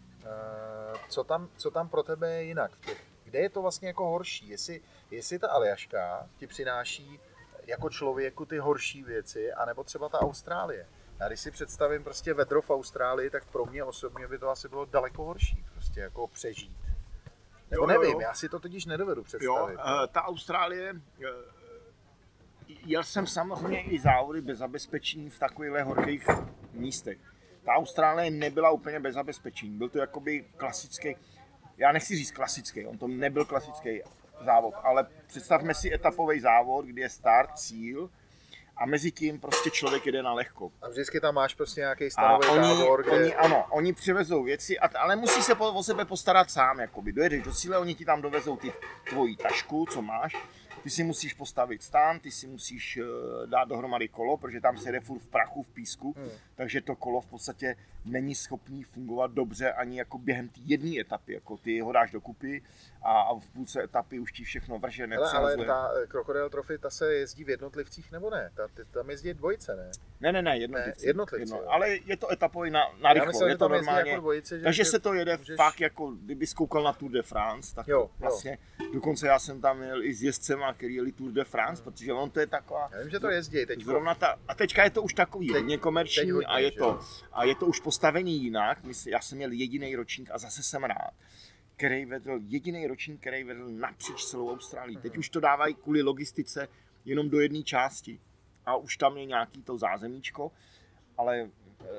Co tam, co tam pro tebe je jinak v těch? Kde je to vlastně jako horší? Jestli, jestli ta Aljaška ti přináší jako člověku ty horší věci, anebo třeba ta Austrálie? Já když si představím prostě vedro v Austrálii, tak pro mě osobně by to asi bylo daleko horší, prostě jako přežít. Nebo jo, nevím, jo. Já si to totiž nedovedu představit. Jo, ta Austrálie, jel jsem samozřejmě i závody bez zabezpečení v takovýchhle horkých místech. Ta Austrálie nebyla úplně bez zabezpečení, byl to jakoby klasický, já nechci říct klasický, on to nebyl klasický závod, ale představme si etapový závod, kdy je start, cíl, a mezi tím prostě člověk jede na lehko. A vždycky tam máš prostě nějaký stanový tábor, kde... Oni, ano, oni přivezou věci, a, ale musí se po, o sebe postarat sám, jakoby. Dojedeš do cíle, oni ti tam dovezou ty tvoji tašku, co máš. Ty si musíš postavit stán, ty si musíš uh, dát dohromady kolo, protože tam se jede furt v prachu, v písku, hmm. takže to kolo v podstatě není schopný fungovat dobře ani jako během té jedné etapy, jako ty ho dáš dokupy a, a v půlce etapy už ti všechno vrže, nepřehazuje. Ale ta Crocodile Trophy, ta se jezdí v jednotlivcích nebo ne? Ta, ty, tam jezdí dvojice, ne? Ne, ne, ne, jednotlivci. Ne, jednotlivci Jedno, ale je to etapový na, na rychlo, myslím, je to normálně, jako dvojice, že takže že se to jede můžeš... fakt jako, kdyby zkoukal na Tour de France, tak jo, vlastně, jo. Dokonce já jsem tam jel i s jezdcema, který jeli Tour de France, hmm. protože on to je taková... Já vím, že to jezdí teď. Zrovna ta, a teďka je to už takový hodně komerční hodně, a, je to, a je to už postavený jinak. Já jsem měl jediný ročník a zase jsem rád, který vedl, jediný ročník, který vedl napříč celou Austrálii. Teď už to dávají kvůli logistice jenom do jedné části a už tam je nějaký to zázemíčko, ale e,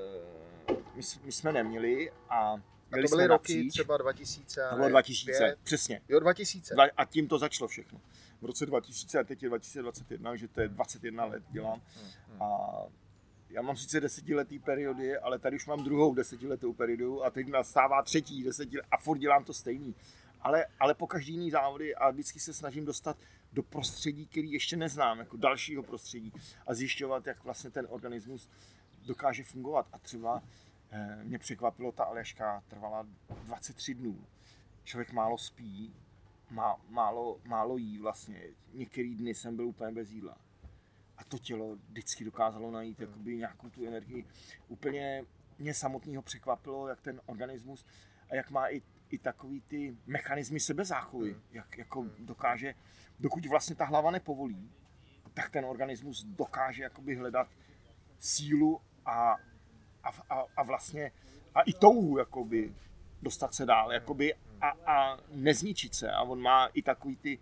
my, my jsme neměli a A to byly roky napříč. Třeba dva tisíce. To bylo dva tisíce, přesně. Jo, dva tisíce. A tím to začalo všechno. V roce dva tisíce a teď je dva tisíce dvacet jedna, že to je dvacet jedna let dělám. A já mám sice desetiletý periody, ale tady už mám druhou desetiletou periodu a teď nastává třetí desetiletý a furt dělám to stejný. Ale, ale po každý jiný závody a vždycky se snažím dostat do prostředí, který ještě neznám, jako dalšího prostředí a zjišťovat, jak vlastně ten organismus dokáže fungovat. A třeba eh, mě překvapilo, ta Aljaška trvala dvacet tři dnů. Člověk málo spí, má, málo, málo jí vlastně. Některý dny jsem byl úplně bez jídla. a to tělo vždycky dokázalo najít jakoby nějakou tu energii. Úplně mě samotného překvapilo, jak ten organismus a jak má i, i takový ty mechanismy sebezáchovy, jak jako dokáže, dokud vlastně ta hlava nepovolí, tak ten organismus dokáže jakoby hledat sílu a, a, a, a vlastně a i touhu jakoby dostat se dál jakoby a, a nezničit se. A on má i takový ty,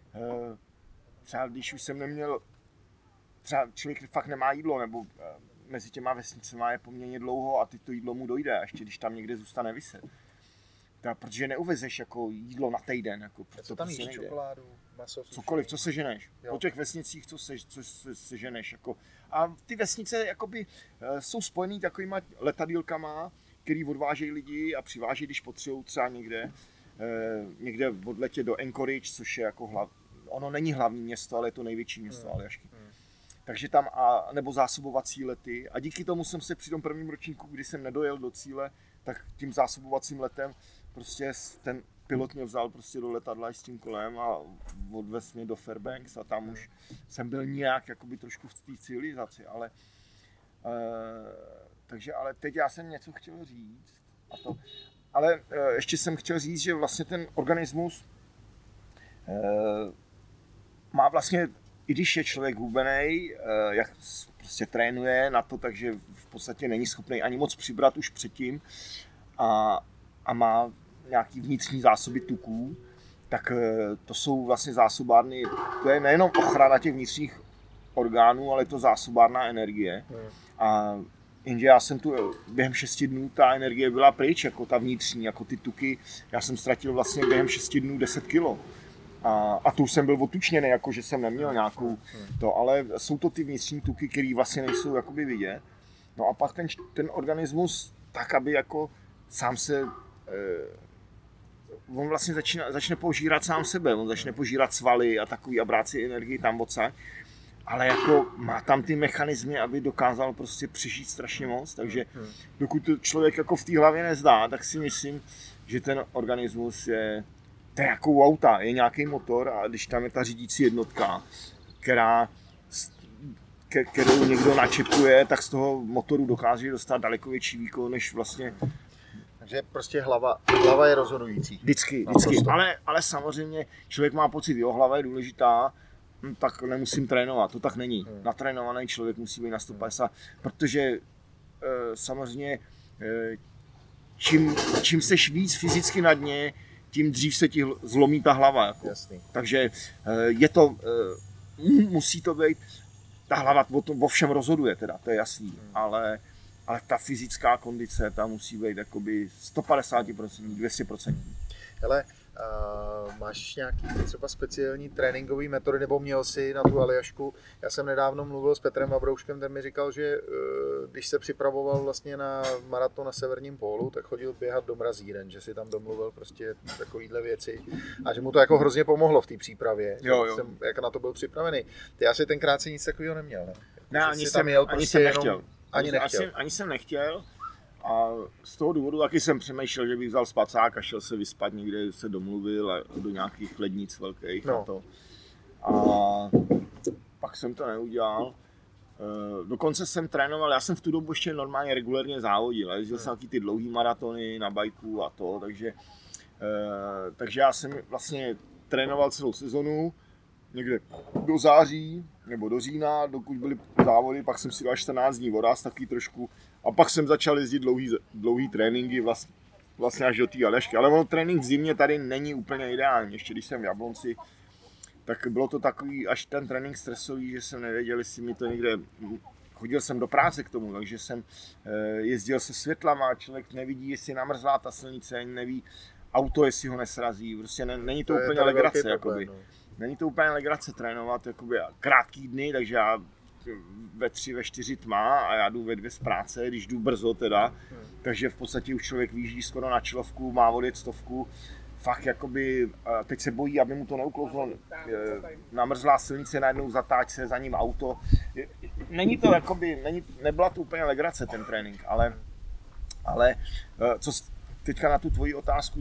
třeba když už jsem neměl, třeba člověk fakt nemá jídlo, nebo mezi těma vesnicema je poměrně dlouho a teď to jídlo mu dojde, a ještě když tam někde zůstane viset. Tak, protože neuvezeš jako jídlo na týden. Jako, co tam jíš, čokoládu, maso? Cokoliv, co seženeš. Jo. Po těch vesnicích, co, se, co se, seženeš. Jako. A ty vesnice jakoby, jsou spojený takovýma letadýlkama, který odvážejí lidi a přiváží, když potřebují třeba někde, někde odletě do Anchorage, což je jako hlav... ono není hlavní město, ale je to největší město hmm. Aljašky. Hmm. Takže tam, a, nebo zásobovací lety. A díky tomu jsem se při tom prvním ročníku, kdy jsem nedojel do cíle, tak tím zásobovacím letem prostě ten pilot mě vzal prostě do letadla s tím kolem a odvez mě do Fairbanks a tam už jsem byl nějak jakoby trošku v té civilizaci, ale e, takže ale teď já jsem něco chtěl říct a to, ale e, ještě jsem chtěl říct, že vlastně ten organismus e, má vlastně, i když je člověk hubenej, e, jak prostě trénuje na to, takže v podstatě není schopný ani moc přibrat už předtím a, a má nějaký vnitřní zásoby tuků, tak to jsou vlastně zásobárny, to je nejenom ochrana těch vnitřních orgánů, ale je to zásobárna energie. A jenže já jsem tu během šesti dnů, ta energie byla pryč, jako ta vnitřní, jako ty tuky, já jsem ztratil vlastně během šesti dnů deset kilo. A, a tu jsem byl otučněný, jako že jsem neměl nějakou to, ale jsou to ty vnitřní tuky, které vlastně nejsou jakoby vidět. No a pak ten, ten organismus tak, aby jako sám se eh, on vlastně začne, začne požírat sám sebe, on začne požírat svaly a takový a brát si energii tam odsaď, ale jako má tam ty mechanismy, aby dokázal prostě přežít strašně moc, takže dokud to člověk jako v té hlavě nezdá, tak si myslím, že ten organismus je, to je jako u auta, je nějaký motor a když tam je ta řídící jednotka, která, kterou někdo načepuje, tak z toho motoru dokáže dostat daleko větší výkon, než vlastně. Takže prostě hlava, hlava je rozhodující. Vždycky, vždycky. Ale, ale samozřejmě člověk má pocit, jo, hlava je důležitá, tak nemusím trénovat, to tak není. Hmm. Natrénovaný člověk musí být na sto padesát, protože e, samozřejmě e, čím, čím seš víc fyzicky na dně, tím dřív se ti zlomí ta hlava. Jako. Takže e, je to, e, musí to být, ta hlava o, tom, o všem rozhoduje teda, to je jasný, hmm. ale ale ta fyzická kondice, ta musí být jakoby sto padesát procent, dvě stě procent. Hele, uh, máš nějaký třeba speciální tréninkové metody, nebo měl jsi na tu Aljašku? Já jsem nedávno mluvil s Petrem Vabrouškem, ten mi říkal, že uh, když se připravoval vlastně na maraton na severním pólu, tak chodil běhat do mrazíren, že si tam domluvil prostě takovýhle věci a že mu to jako hrozně pomohlo v té přípravě, jo, jo. Jsem, jak na to byl připravený. Ty asi tenkrát si nic takového neměl, ne? Ne, ani jsem, jel ani jsem nechtěl. Jenom... Ani, nechtěl. Ani, ani jsem nechtěl a z toho důvodu taky jsem přemýšlel, že bych vzal spacák a šel se vyspat někde, se domluvil a do nějakých lednic velkých no. a to. A pak jsem to neudělal. Dokonce jsem trénoval, já jsem v tu dobu ještě normálně regulérně závodil, jezdil jsem taky ty dlouhý maratony na bajku a to, takže, takže já jsem vlastně trénoval celou sezonu, někde do září nebo do října, dokud byly závody, pak jsem si dal čtrnáct dní vodáz taky trošku a pak jsem začal jezdit dlouhý, dlouhý tréninky vlastně, vlastně až do té Aljašky. Ale on trénink v zimě tady není úplně ideální, ještě když jsem v Jablonci, tak bylo to takový až ten trénink stresový, že jsem nevěděl, jestli mi to někde, chodil jsem do práce k tomu, takže jsem jezdil se světlama, člověk nevidí, jestli namrzlá ta silnice, neví auto, jestli ho nesrazí, prostě ne, není to, to úplně legrace, jakoby. No. Není to úplně legrace trénovat jakoby krátký dny, takže já ve tři, ve čtyři tma a já jdu ve dvě z práce, když jdu brzo teda, hmm. takže v podstatě už člověk vyjíždí skoro na čelovku, má odjet stovku, fakt jakoby, teď se bojí, aby mu to neuklouzlo, namrzlá silnice, najednou zatáč se za ním auto. Není to jakoby, není, nebyla to úplně legrace ten trénink, ale, ale co teďka na tu tvoji otázku,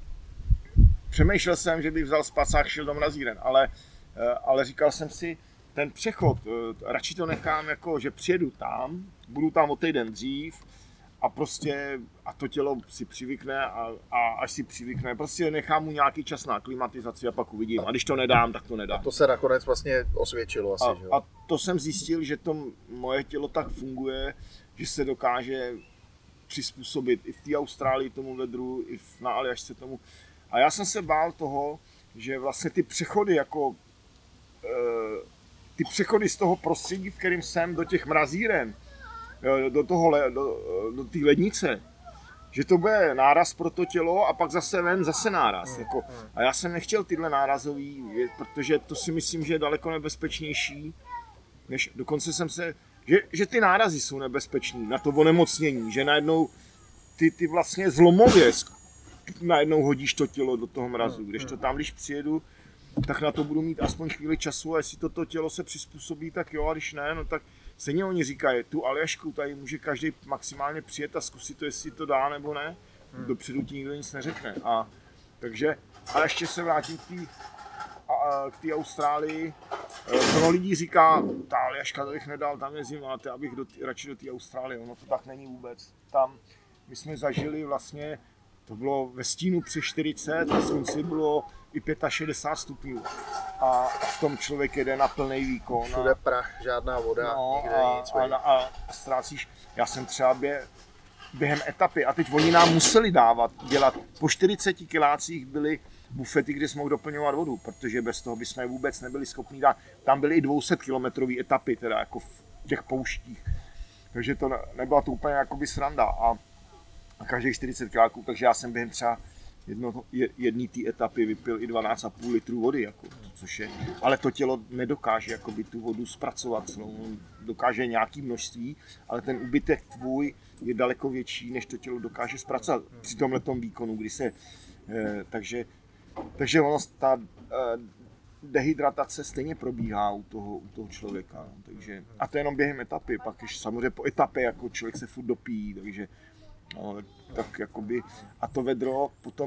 přemýšlel jsem, že bych vzal spacák, šel do mrazíren, ale, ale říkal jsem si, ten přechod, radši to nechám jako, že přijedu tam, budu tam o týden dřív a prostě a to tělo si přivykne a, a až si přivykne, prostě nechám mu nějaký čas na aklimatizaci a pak uvidím. A když to nedám, tak to nedám. A to se nakonec vlastně osvědčilo asi, a, že jo? A to jsem zjistil, že to moje tělo tak funguje, že se dokáže přizpůsobit i v té Austrálii tomu vedru, i na Aljašce tomu. A já jsem se bál toho, že vlastně ty přechody jako ty přechody z toho prostředí, v kterém jsem, do těch mrazíren, do toho, do, do té lednice, že to bude náraz pro to tělo a pak zase ven, zase náraz. Jako, a já jsem nechtěl tyhle nárazový, protože to si myslím, že je daleko nebezpečnější, než dokonce jsem se, že, že ty nárazy jsou nebezpečný na to onemocnění, že najednou ty, ty vlastně zlomově najednou hodíš to tělo do toho mrazu, když to tam, když přijedu, tak na to budu mít aspoň chvíli času a jestli toto tělo se přizpůsobí, tak jo, a když ne, no tak stejně oni říkají, tu Aljašku tady může každý maximálně přijet a zkusit to, jestli to dá nebo ne, hmm. dopředu ti nikdo nic neřekne. A, takže, a ještě se vrátím k té k té Austrálii. Mnoho lidí říká, ta Aljaška, to bych nedal, tam je zima, to abych do tý, radši do té Austrálie, ono to tak není vůbec. Tam my jsme zažili vlastně, to bylo ve stínu přes čtyřicet a slunci bylo i šedesát pět stupňů a v tom člověk jede na plný výkon. Všude prach, žádná voda, no, nikde a, nic. A, a, a ztrácíš, já jsem třeba bě, během etapy, a teď oni nám museli dávat, dělat, po čtyřiceti kilácích byly bufety, kde jsme mohli doplňovat vodu, protože bez toho bychom vůbec nebyli schopni dát. Tam byly i dvě stě kilometrové etapy, teda jako v těch pouštích. Takže to nebyla to úplně jakoby sranda. A každých čtyřicet kiláků, takže já jsem během třeba jedno, jedné té etapy vypil i dvanáct a půl litru vody, jako, což je, ale to tělo nedokáže jakoby, tu vodu zpracovat, no, dokáže nějaké množství, ale ten úbytek tvůj je daleko větší, než to tělo dokáže zpracovat při tomhletom výkonu, kdy se, eh, takže, takže ono, ta eh, dehydratace stejně probíhá u toho, u toho člověka, no, takže, a to jenom během etapy, pak ještě samozřejmě po etapě, jako člověk se furt dopíjí, takže no, tak jakoby, a to vedro potom,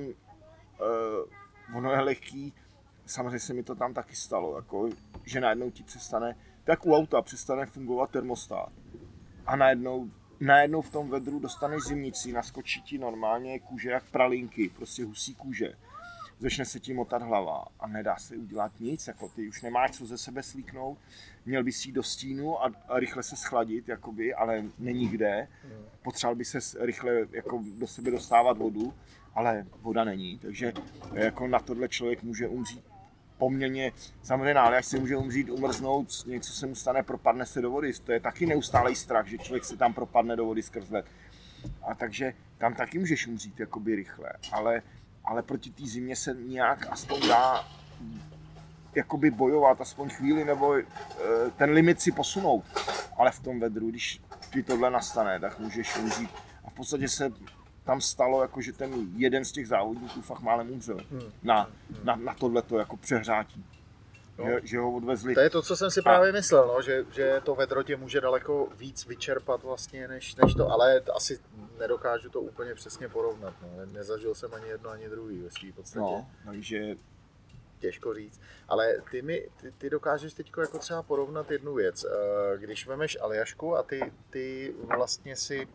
uh, ono je lehký, samozřejmě se mi to tam taky stalo, jako, že najednou ti přestane, tak u auta přestane fungovat termostát a najednou, najednou v tom vedru dostaneš zimnici, naskočí ti normálně kůže jak pralinky, prostě husí kůže, začne se ti motat hlava a nedá se udělat nic, jako ty už nemáš co ze sebe slíknout, měl bys jít do stínu a, a rychle se schladit, jakoby, ale není kde, potřeboval by se rychle jako do sebe dostávat vodu, ale voda není, takže jako na tohle člověk může umřít poměrně, samozřejmě, ale až se může umřít, umrznout, něco se mu stane, propadne se do vody, to je taky neustálej strach, že člověk se tam propadne do vody skrz led. A takže tam taky můžeš umřít jakoby rychle, ale ale proti té zimě se nějak aspoň dá jakoby bojovat, aspoň chvíli, nebo ten limit si posunout. Ale v tom vedru, když ti tohle nastane, tak můžeš umřít. A v podstatě se tam stalo, jako, že ten jeden z těch závodníků fakt málem umřel na, na, na tohleto jako přehrátí. No. Že, že ho odvezli. To je to, co jsem si právě myslel, no, že, že to vedro tě může daleko víc vyčerpat vlastně, než, než to, ale asi nedokážu to úplně přesně porovnat. No. Nezažil jsem ani jedno, ani druhý ve svým podstatě. No, takže těžko říct. Ale ty, mi, ty, ty dokážeš teď jako třeba porovnat jednu věc. Když vemeš Aljašku a ty, ty vlastně si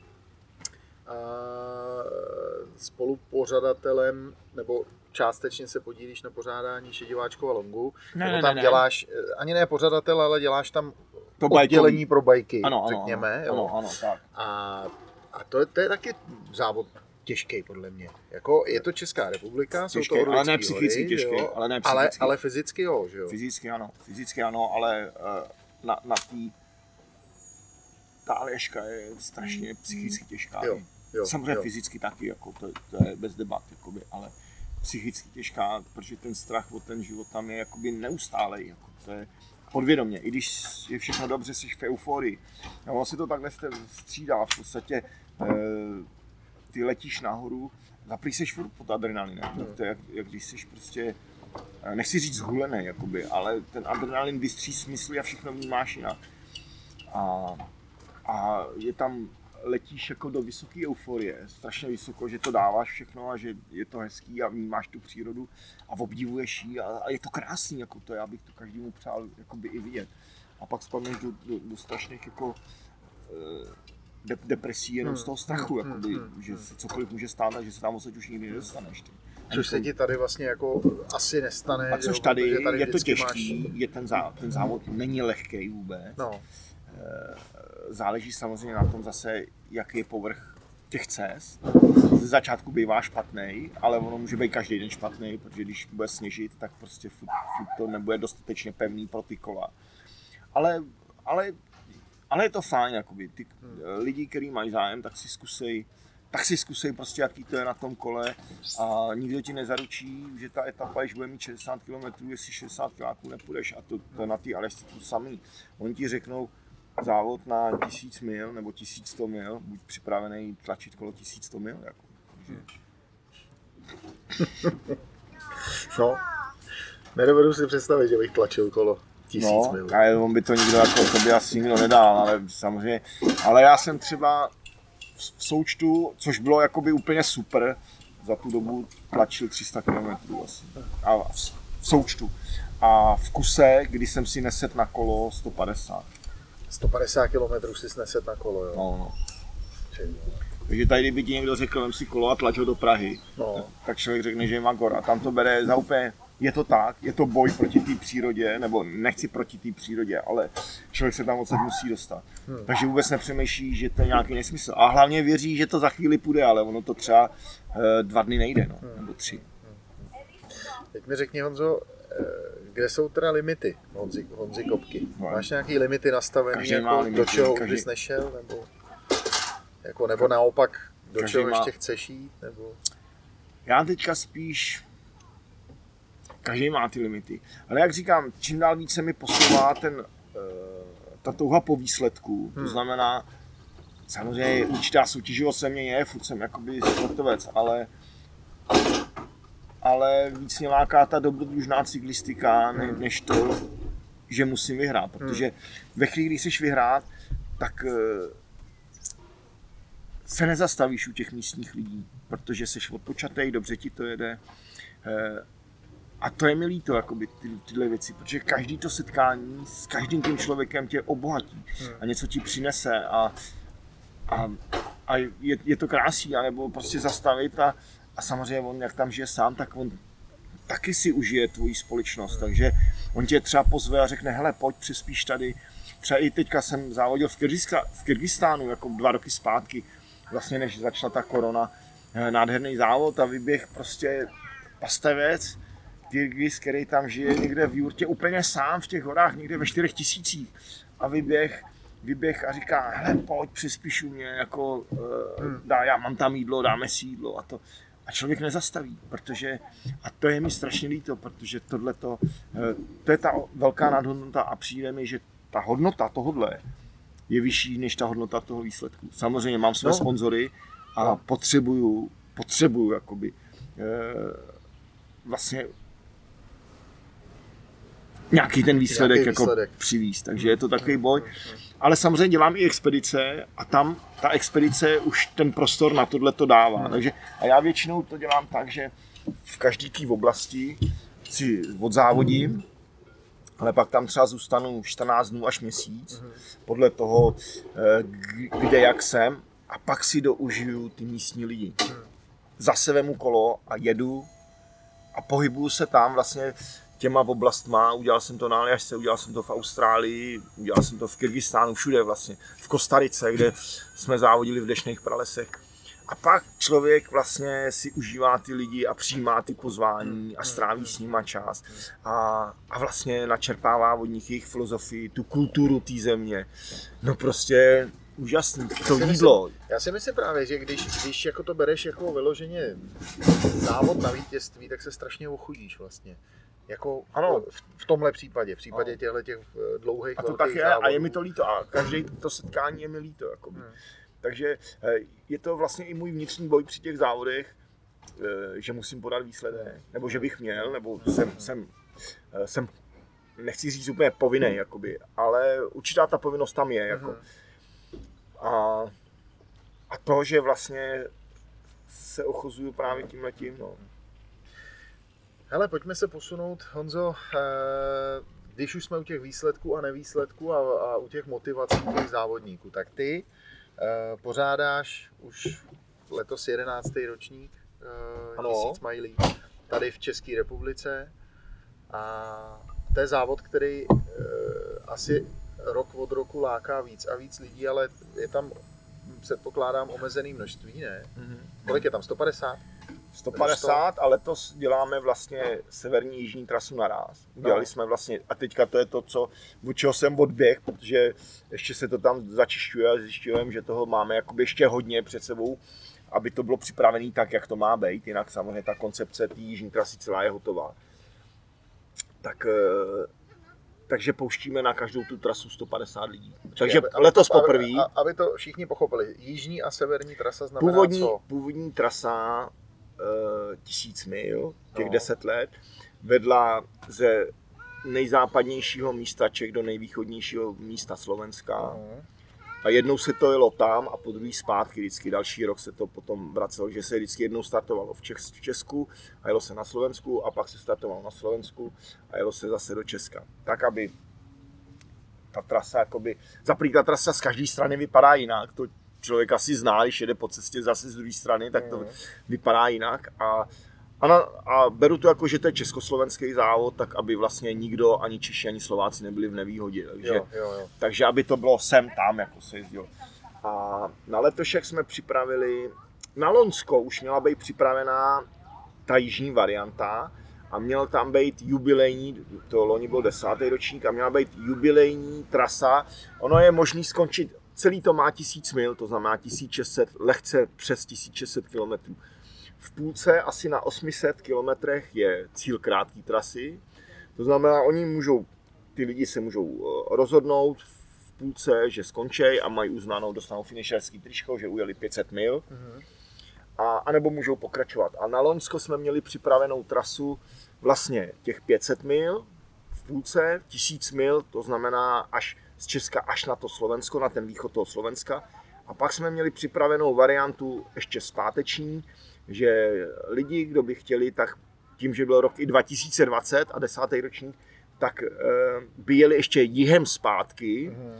spolupořadatelem, nebo částečně se podílíš na pořádání Šediváčkova longu, ne, nebo ne, tam ne, děláš, ani ne pořadatel, ale děláš tam to oddělení pro bajky, ano, řekněme. Ano, jo. ano, ano, tak. A, a to, to je taky závod těžký podle mě. Jako, je to Česká republika, těžký, jsou to ale ne psychicky hory, těžký, jo, ale ne psychicky. Ale, ale fyzicky jo, že jo? Fyzicky ano, fyzicky ano, ale uh, na, na tý, ta Aljaška je strašně psychicky těžká. Jo, jo, samozřejmě jo. Fyzicky taky, jako, to, to je bez debat, jakoby, ale psychicky těžká, protože ten strach o ten život tam je jakoby neustálej, jako, to je podvědomě, i když je všechno dobře, jsi v euforii. No, ono si to takhle střídá, v podstatě uh, ty letíš nahoru, zaprý seš furt pod adrenalinem, no. To je jak, jak když seš prostě, nechci říct zhulený, jakoby, ale ten adrenalin vystří smysly a všechno vnímáš jinak. A, a je tam letíš jako do vysoké euforie, strašně vysoko, že to dáváš všechno a že je to hezký a vnímáš tu přírodu a obdivuješ ji a, a je to krásný, jako to já bych to každému přál jakoby i vidět. A pak spadneš do, do, do strašných jako de, depresí jenom z toho strachu, jakoby, že se cokoliv může stát a že se tam odsaď už nikdy nedostaneš. Ty. Což se ti tady vlastně jako asi nestane. A což tady, tady je to těžký, máš... je ten, zá, ten závod není lehký vůbec. No. Záleží samozřejmě na tom zase, jaký je povrch těch cest. Ze začátku bývá špatný, ale ono může být každý den špatný, protože když bude sněžit, tak prostě furt, furt to nebude dostatečně pevný pro ty kola. Ale, ale, ale je to fajn, jakoby. Ty lidi, kteří mají zájem, tak si zkusej, tak si zkusej prostě, jaký to je na tom kole a nikdo ti nezaručí, že ta etapa, když bude mít šedesát kilometrů, jestli šedesát kiláků nepůjdeš a to, to na ty Aljašce to samý. Oni ti řeknou, závod na tisíc mil nebo tisíc sto mil, buď připravený tlačit kolo tisíc sto mil. Jako. No, nedovedu si představit, že bych tlačil kolo tisíc no, mil. No, on by to nikdo jako, to by asi nikdo nedal, ale samozřejmě, ale já jsem třeba v součtu, což bylo jakoby úplně super, za tu dobu tlačil tři sta kilometrů asi. A v, v součtu. A v kuse, kdy jsem si neset na kolo sto padesát. sto padesát kilometrů si sneset na kolo, jo? No, no. Takže tady, kdyby ti někdo řekl, vem si kolo a tlač ho do Prahy, no. tak člověk řekne, že je Magor. A tam to bere za úplně, je to tak, je to boj proti té přírodě, nebo nechci proti té přírodě, ale člověk se tam odsaď musí dostat. Hmm. Takže vůbec nepřemýšlí, že to je nějaký nesmysl. A hlavně věří, že to za chvíli půjde, ale ono to třeba e, dva dny nejde, no, hmm. nebo tři. Hmm. Teď mi řekni, Honzo, kde jsou teda limity Honzi, Honzi Kopky? No. Máš nějaký limity nastavený, jako limity, do čeho každý... bys nešel? Nebo, jako, nebo naopak, do každý čeho má... ještě chceš jít? Nebo... Já teďka spíš... Každý má ty limity. Ale jak říkám, čím dál víc se mi posouvá ten, ta touha po výsledku. Hmm. To znamená, samozřejmě určitá soutěživost se mě je, furt jsem jakoby sportovec, ale... ale víc mě láká ta dobrodružná cyklistika, ne, než to, že musím vyhrát. Protože ve chvíli, kdy chceš vyhrát, tak se nezastavíš u těch místních lidí, protože jsi odpočatej, dobře ti to jede. A to je mi líto, jakoby, ty, tyhle věci, protože každý to setkání s každým tím člověkem tě obohatí a něco ti přinese a, a, a je, je to krásný, anebo prostě zastavit a A samozřejmě on, jak tam žije sám, tak on taky si užije tvoji společnost. Takže on tě třeba pozve a řekne, hele, pojď, přespíš tady. Třeba i teďka jsem závodil v, Kyrgyzská, v Kyrgyzstánu, jako dva roky zpátky, vlastně než začala ta korona, nádherný závod a vyběh prostě pastevec, Kyrgyz, který tam žije někde v jurtě úplně sám v těch horách, někde ve čtyřech tisících. A vyběh, vyběh a říká, hele, pojď, přespíš u mě, jako, hmm. dá, já mám tam jídlo, dáme si jídlo a to. A člověk nezastaví, protože, a to je mi strašně líto, protože tohleto, to je ta velká nadhodnota a přijde mi, že ta hodnota tohodle je vyšší než ta hodnota toho výsledku. Samozřejmě mám své no. sponzory a no. potřebuju, potřebuju jakoby, vlastně nějaký ten výsledek, nějaký jako výsledek. Přivízt, takže je to takový boj. Ale samozřejmě dělám i expedice a tam ta expedice už ten prostor na tohle to dává. Hmm. Takže, a já většinou to dělám tak, že v každé té oblasti si odzávodím, ale pak tam třeba zůstanu čtrnáct dnů až měsíc, hmm. podle toho, kde jak jsem, a pak si doužiju ty místní lidi. Hmm. Zase vemu kolo a jedu a pohybuju se tam vlastně těma oblastma, udělal jsem to na Aljašce, udělal jsem to v Austrálii, udělal jsem to v Kyrgyzstánu, všude vlastně, v Kostarice, kde jsme závodili v deštných pralesech. A pak člověk vlastně si užívá ty lidi a přijímá ty pozvání a stráví s nima čas a, a vlastně načerpává od nich jejich filozofii, tu kulturu té země. No prostě úžasný, to já jídlo. Myslím, já si myslím právě, že když, když jako to bereš jako vyloženě závod na vítězství, tak se strašně ochudíš vlastně. Jako ano. V, v tomhle případě, v případě těchto těch dlouhých a to tak je závodů. A je mi to líto a každé to setkání je mi líto. Hmm. Takže je to vlastně i můj vnitřní boj při těch závodech, že musím podat výsledek, nebo že bych měl, nebo jsem, jsem, jsem nechci říct úplně povinný, jakoby, ale určitá ta povinnost tam je. Jako. A a to, že vlastně se ochozuju právě tímhletím. No. Hele, pojďme se posunout, Honzo, když už jsme u těch výsledků a nevýsledků a, a u těch motivací těch závodníků, tak ty pořádáš už letos jedenáctý ročník Tisíc milí tady v České republice a to je závod, který asi rok od roku láká víc a víc lidí, ale je tam, předpokládám, omezený množství, ne? Mm-hmm. Kolik je tam? sto padesát? sto padesát a letos děláme vlastně severní jižní trasu naráz. Udělali no. jsme vlastně, a teďka to je to, co, od čeho jsem odběh, protože ještě se to tam začišťuje a zjišťujeme, že toho máme jakoby ještě hodně před sebou, aby to bylo připravené tak, jak to má být, jinak samozřejmě ta koncepce té jižní trasy celá je hotová. Tak, takže pouštíme na každou tu trasu sto padesát lidí. Takže aby, letos poprvé. Aby, aby to všichni pochopili, jižní a severní trasa znamená původní, co? Původní trasa uh, tisíc mil, těch no. deset let, vedla ze nejzápadnějšího místa Čech do nejvýchodnějšího místa Slovenska. No. A jednou se to jelo tam a po druhý zpátky vždycky. Další rok se to potom vracelo, že se vždycky jednou startovalo v, Čech, v Česku a jelo se na Slovensku a pak se startovalo na Slovensku a jelo se zase do Česka. Tak, aby ta trasa, jakoby, zaprý ta trasa z každé strany vypadá jinak. To člověk asi zná, když jede po cestě zase z druhé strany, tak to mm. vypadá jinak. A, a, na, a beru to jako, že to je československý závod, tak aby vlastně nikdo, ani Češi, ani Slováci nebyli v nevýhodě. Takže, jo, jo, jo. takže aby to bylo sem, tam, jako se jezdilo. A na letošek jsme připravili, na Loňsko už měla být připravená ta jižní varianta a měl tam být jubilejní, to loni byl desátý ročník, a měla být jubilejní trasa. Ono je možný skončit, celý to má tisíc mil, to znamená tisíc šest set, lehce přes tisíc šest set kilometrů. V půlce asi na osm set kilometrech je cíl krátké trasy. To znamená, oni můžou, ty lidi se můžou rozhodnout v půlce, že skončí a mají uznanou, dostanou finišerský tričko, že ujeli pět set mil. Mm-hmm. A, a nebo můžou pokračovat. A na Loňsko jsme měli připravenou trasu vlastně těch pět set mil v půlce, tisíc mil, to znamená až z Česka až na to Slovensko, na ten východ toho Slovenska. A pak jsme měli připravenou variantu ještě zpáteční, že lidi, kdo by chtěli, tak tím, že byl rok i dva tisíce dvacet a desátý ročník, tak e, by jeli ještě jihem zpátky mm-hmm.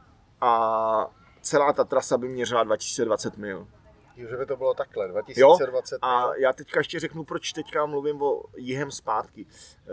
a celá ta trasa by měřila dva tisíce dvacet mil. Jo, že by to bylo takhle, dva tisíce dvacet jo? A já teďka ještě řeknu, proč teďka mluvím o jihem zpátky. E,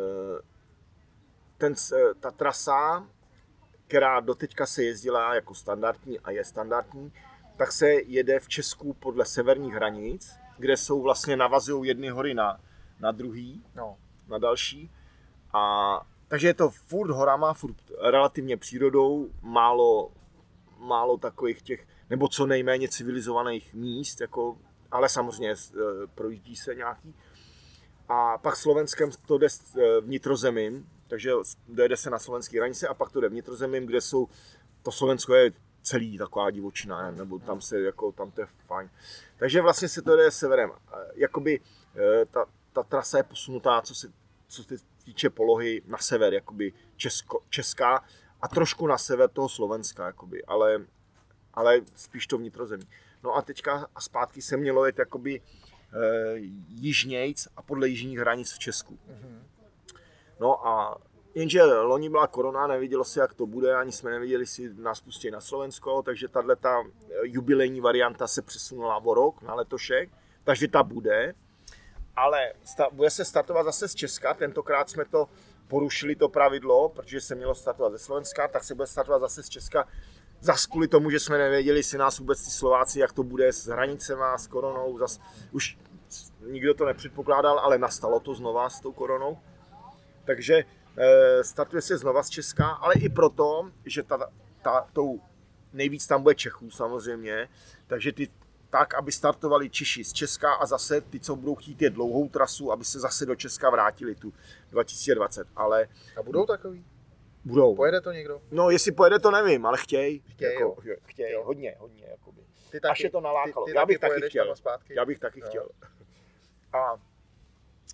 ten, ta trasa, která doteďka se jezdila jako standardní a je standardní, tak se jede v Česku podle severních hranic, kde jsou vlastně navazují jedny hory na, na druhý, no. na další. A, takže je to furt horama, furt relativně přírodou, málo, málo takových těch, nebo co nejméně civilizovaných míst, jako, ale samozřejmě projíždí se nějaký. A pak Slovenskem to jde vnitrozemím, takže dojede se na slovenské hranice a pak to jde vnitrozemím, kde jsou, to Slovensko je celý taková divočina, nebo tam se jako, tam to je fajn. Takže vlastně se to jde severem. Jakoby ta, ta trasa je posunutá, co se, co se týče polohy na sever, jakoby Česko, česká a trošku na sever toho Slovenska, jakoby, ale, ale spíš to vnitrozemí. No a teďka a zpátky se mělo jet jakoby e, jižnějc a podle jižních hranic v Česku. No a jenže loni byla korona, nevědělo se, jak to bude, ani jsme nevěděli, si nás pustí na Slovensko, takže tato jubilejní varianta se přesunula o rok na letošek, takže ta bude, ale sta- bude se startovat zase z Česka, tentokrát jsme to porušili to pravidlo, protože se mělo startovat ze Slovenska, tak se bude startovat zase z Česka, zas kvůli tomu, že jsme nevěděli, si nás vůbec ty Slováci, jak to bude s hranicema, s koronou, zas už nikdo to nepředpokládal, ale nastalo to znova s tou koronou, takže startuje se znova z Česka, ale i proto, že ta, ta, tou nejvíc tam bude Čechů samozřejmě, takže ty tak, aby startovali Češi z Česka a zase ty, co budou chtít je dlouhou trasu, aby se zase do Česka vrátili tu dva tisíce dvacet, ale... A budou takový? Budou. Pojede to někdo? No, jestli pojede, to nevím, ale chtěj. Chtěj, jako, jo. Chtěj, jo. hodně, hodně, jakoby. Ty taky, až je to nalákalo. Ty, ty Já bych taky taky chtěl. Zpátky? Já bych taky no. chtěl. A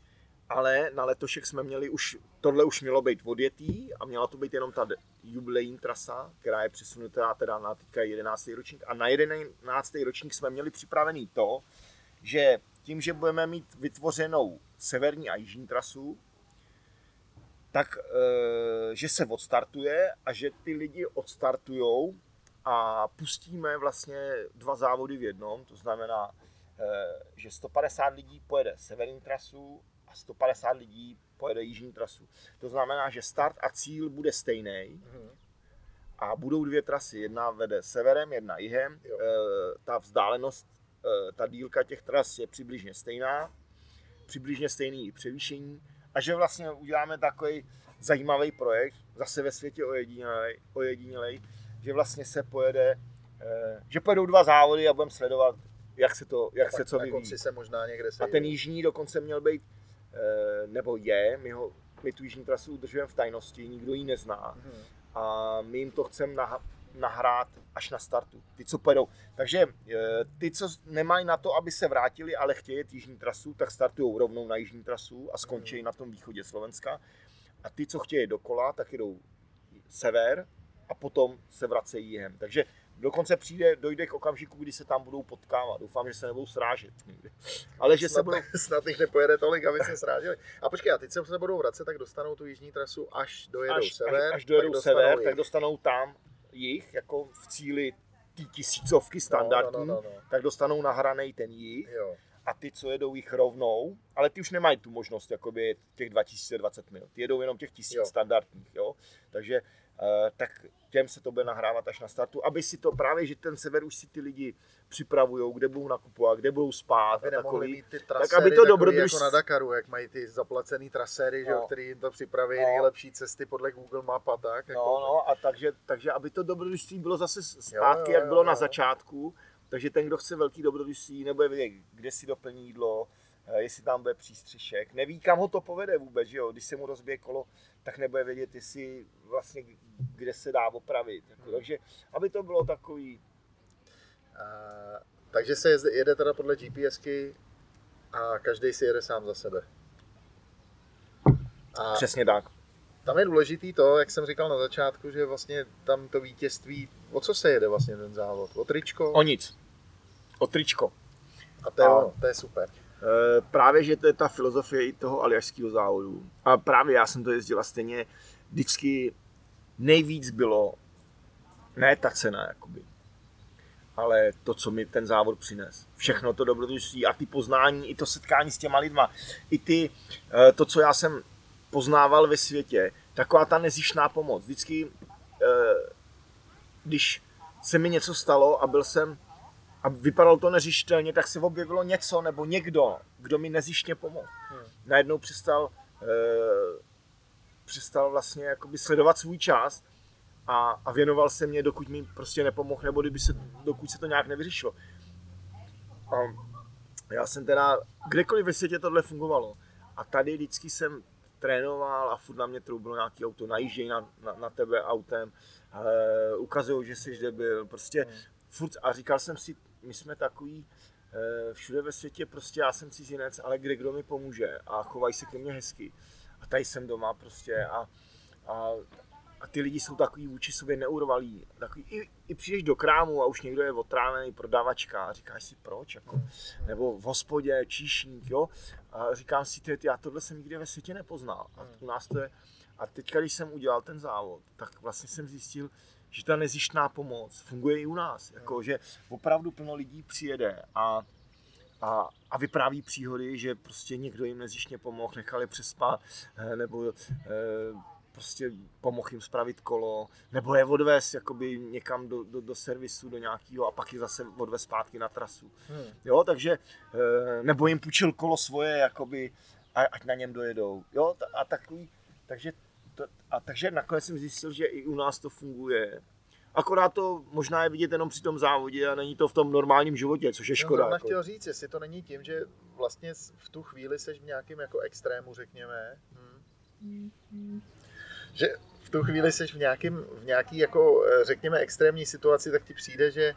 ale na letošek jsme měli už, tohle už mělo být odjetý a měla to být jenom ta jubilejní trasa, která je přesunutá teda na teďka jedenáctý ročník. A na jedenáctý ročník jsme měli připravený to, že tím, že budeme mít vytvořenou severní a jižní trasu, tak že se odstartuje a že ty lidi odstartujou a pustíme vlastně dva závody v jednom, to znamená, že sto padesát lidí pojede severní trasu a sto padesát lidí pojede jižní trasu. To znamená, že start a cíl bude stejný a budou dvě trasy, jedna vede severem, jedna jihem, jo. Ta vzdálenost, ta dílka těch tras je přibližně stejná, přibližně stejný i převýšení a že vlastně uděláme takový zajímavý projekt, zase ve světě ojedinělej, ojedinělej, že vlastně se pojede, že pojedou dva závody a budeme sledovat, jak se to, jak se co vyvíjí. Se možná někde a ten jižní dokonce měl být, nebo je, my, ho, my tu jižní trasu udržujeme v tajnosti, nikdo ji nezná. Hmm. A my jim to chceme nahrát až na startu, ty, co pojedou. Takže ty, co nemají na to, aby se vrátili, ale chtějí jet jižní trasu, tak startují rovnou na jižní trasu a skončí hmm. na tom východě Slovenska. A ty, co chtějí dokola, tak jedou sever a potom se vracejí jihem. Takže dokonce přijde, dojde k okamžiku, kdy se tam budou potkávat. Doufám, že se nebudou srážet. Ale že snad, se budou... Snad jich nepojede tolik, aby se sráželi. A počkej, a teď se budou vracet, tak dostanou tu jižní trasu, až dojedou až, sever. Až, až dojedou tak sever, dostanou tak dostanou tam jich, jako v cíli ty tisícovky standardní, no, no, no, no, no. tak dostanou nahranej ten jich. Jo. A ty, co jedou jich rovnou, ale ty už nemají tu možnost jakoby těch dva tisíce dvacet minut. Ty jedou jenom těch tisíc jo. standardních, jo. Takže uh, tak těm se to bude nahrávat až na startu, aby si to právě, že ten sever už si ty lidi připravujou, kde budou nakupovat, kde budou spát aby a takový. Mít ty traséry, tak aby to dobrodružství jako na Dakaru, jak mají ty zaplacený traséry, no. že, který jim to připraví no. nejlepší cesty podle Google Map a tak. No, jako... no, a takže, takže aby to dobrodružství bylo zase zpátky, jo, jo, jak bylo jo, jo. na začátku. Takže ten, kdo chce velký dobrodružství, nebude vědět, kde si doplní jídlo, jestli tam bude přístřešek. Neví, kam ho to povede vůbec, že jo? Když se mu rozbije kolo, tak nebude vědět, jestli vlastně, kde se dá opravit. Hmm. Takže, aby to bylo takový... A, takže se jede teda podle GPSky a každý si jede sám za sebe. A přesně tak. Tam je důležitý to, jak jsem říkal na začátku, že vlastně tam to vítězství, o co se jede vlastně ten závod? O tričko? O nic. O tričko. A to je, a, ono, to je super. E, právě, že to je ta filozofie i toho aljašského závodu. A právě já jsem to jezdil a stejně vždycky nejvíc bylo, ne ta cena, jakoby, ale to, co mi ten závod přines. Všechno to dobrodružství a ty poznání, i to setkání s těma lidma, i ty, to, co já jsem poznával ve světě, taková ta nezištná pomoc. Vždycky, když se mi něco stalo a byl jsem, a vypadalo to neřešitelně, tak se objevilo něco nebo někdo, kdo mi nezištně pomohl. Hmm. Najednou přestal, přestal vlastně jakoby sledovat svůj čas a, a věnoval se mě, dokud mi prostě nepomohl, nebo kdyby se, dokud se to nějak nevyřešilo. A já jsem teda, kdekoliv ve světě tohle fungovalo. A tady vždycky jsem trénoval a furt na mě troubilo nějaký auto, najíždějí na, na, na tebe autem, e, ukazují, že jsi debil, prostě hmm. furt, a říkal jsem si, my jsme takový, e, všude ve světě, prostě já jsem cizinec, ale kde kdo mi pomůže a chovají se ke mně hezky. A tady jsem doma prostě a, a, a ty lidi jsou takový vůči sobě neurvalí, takový, i, i přijdeš do krámu a už někdo je otrávený, prodavačka a říkáš si proč, jako, nebo v hospodě, číšník, jo, a říkám si, ty, já tohle jsem nikdy ve světě nepoznal a u nás to je, a teďka, když jsem udělal ten závod, tak vlastně jsem zjistil, že ta nezištná pomoc funguje i u nás, jako, že opravdu plno lidí přijede a, a, a vypráví příhody, že prostě někdo jim nezištně pomohl, nechal je přespat, nebo e, prostě pomohl jim spravit kolo, nebo je odvez jakoby někam do, do, do servisu, do nějakého a pak je zase odvez zpátky na trasu. Hmm. Jo, takže, nebo jim půjčil kolo svoje, jakoby, ať na něm dojedou. Jo, a takový, takže, to, a takže nakonec jsem zjistil, že i u nás to funguje. Akorát to možná je vidět jenom při tom závodě a není to v tom normálním životě, což je škoda. Já jsem jako. chtěl říct, jestli to není tím, že vlastně v tu chvíli seš v nějakém jako extrému, řekněme. Hmm. Hmm. Že v tu chvíli jsi v, nějakým, v nějaký, jako, řekněme, extrémní situaci, tak ti přijde, že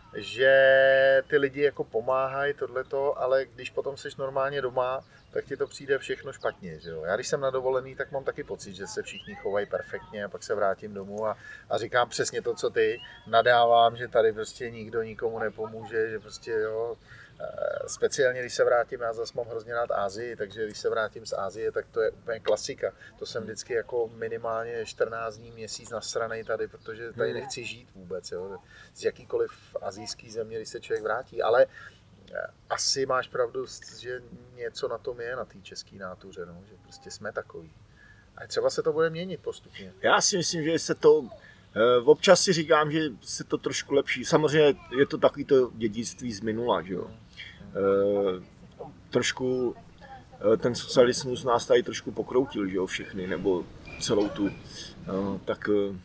že ty lidi jako pomáhají tohleto, ale když potom seš normálně doma, tak ti to přijde všechno špatně. Že jo? Já když jsem na dovolený, tak mám taky pocit, že se všichni chovají perfektně a pak se vrátím domů a, a říkám přesně to, co ty. Nadávám, že tady prostě nikdo nikomu nepomůže, že prostě jo, speciálně když se vrátím, já zase mám hrozně rád Asii, takže když se vrátím z Asie, tak to je úplně klasika. To jsem vždycky jako minimálně čtrnáct dní, měsíc nasranej tady, protože tady nechci žít vůbec, jo. Z jakýkoliv asijský země, když se člověk vrátí, ale asi máš pravdu, že něco na tom je, na té české nátuře, no, že prostě jsme takový. A třeba se to bude měnit postupně. Já si myslím, že se to, občas si říkám, že se to trošku lepší. Samozřejmě je to takový to dědictví z minula, že jo. E, trošku ten socialismus nás tady trošku pokroutil, že jo, všechny, nebo celou tu, no, tak,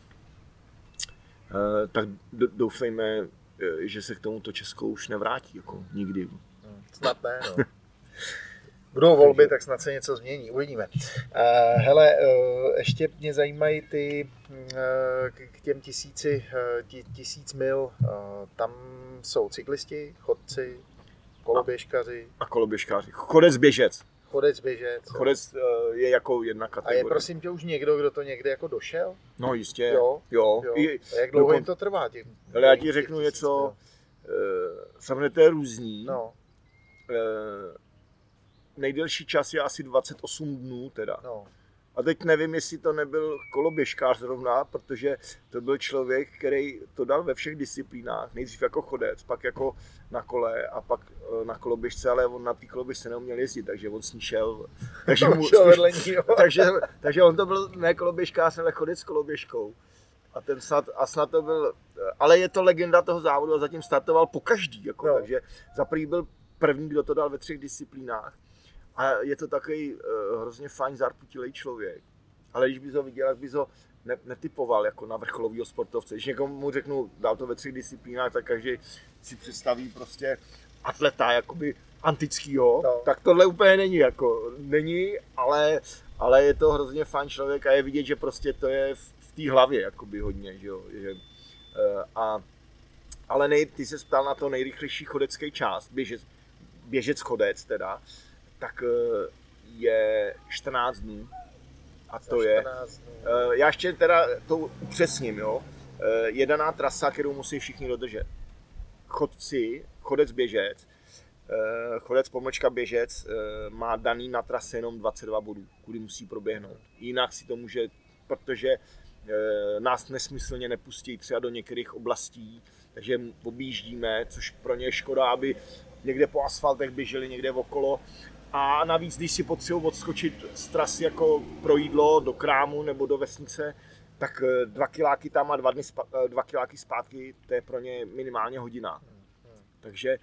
tak doufejme, že se k tomuto Česko už nevrátí, jako nikdy. Snad ne, no. Budou volby, tak snad se něco změní, uvidíme. Uh, hele, uh, ještě mě zajímají ty uh, k těm tisíci, uh, tisíc mil, uh, tam jsou cyklisti, chodci, koloběžkaři. A koloběžkaři, chodec běžec. Chodec běžec. Chodec uh, je jako jedna kategorie. A je prosím tě už někdo, kdo to někde jako došel? No jistě, jo. jo. jo. I, a jak dlouho jim to trvá? Těch, ale já ti řeknu něco, uh, samozřejmě to je různý. No. Uh, nejdelší čas je asi dvacet osm dnů teda. No. A teď nevím, jestli to nebyl koloběžkář zrovna, protože to byl člověk, který to dal ve všech disciplínách. Nejdřív jako chodec, pak jako na kole a pak na koloběžce, ale on na té koloběžce neuměl jezdit, takže on s ní šel. Takže, mu, šel vedle ní, takže, takže on to byl ne koloběžkář, ale chodec s koloběžkou. A ten snad, a snad to byl, ale je to legenda toho závodu a zatím startoval po každý. Jako, no. Takže za první byl první, kdo to dal ve třech disciplínách. A je to takový uh, hrozně fajn, zarputilej člověk. Ale když bys ho viděl, jak bys ho ne, netypoval jako na vrcholovýho sportovce. Když někomu mu řeknu, dal to ve třech disciplínách, tak každý si představí prostě atleta, jakoby antickýho. No. Tak tohle úplně není, jako není, ale, ale je to hrozně fajn člověk a je vidět, že prostě to je v, v té hlavě jakoby hodně, že jo. Že, uh, a, ale nej, ty se ptal na to nejrychlejší chodecký část, běžec, běžec chodec teda. Tak je čtrnáct dnů a to je, já ještě teda to upřesním, jo, je daná trasa, kterou musí všichni dodržet. Chodci, chodec běžec, chodec pomlčka běžec má daný na trase jenom dvacet dva bodů, kudy musí proběhnout. Jinak si to může, protože nás nesmyslně nepustí třeba do některých oblastí, takže objíždíme, což pro ně je škoda, aby někde po asfaltech běželi někde okolo. A navíc, když si potřebuji odskočit z trasy jako pro jídlo do krámu nebo do vesnice, tak dva kiláky tam a dva, dny spa- dva kiláky zpátky, to je pro ně minimálně hodina. Takže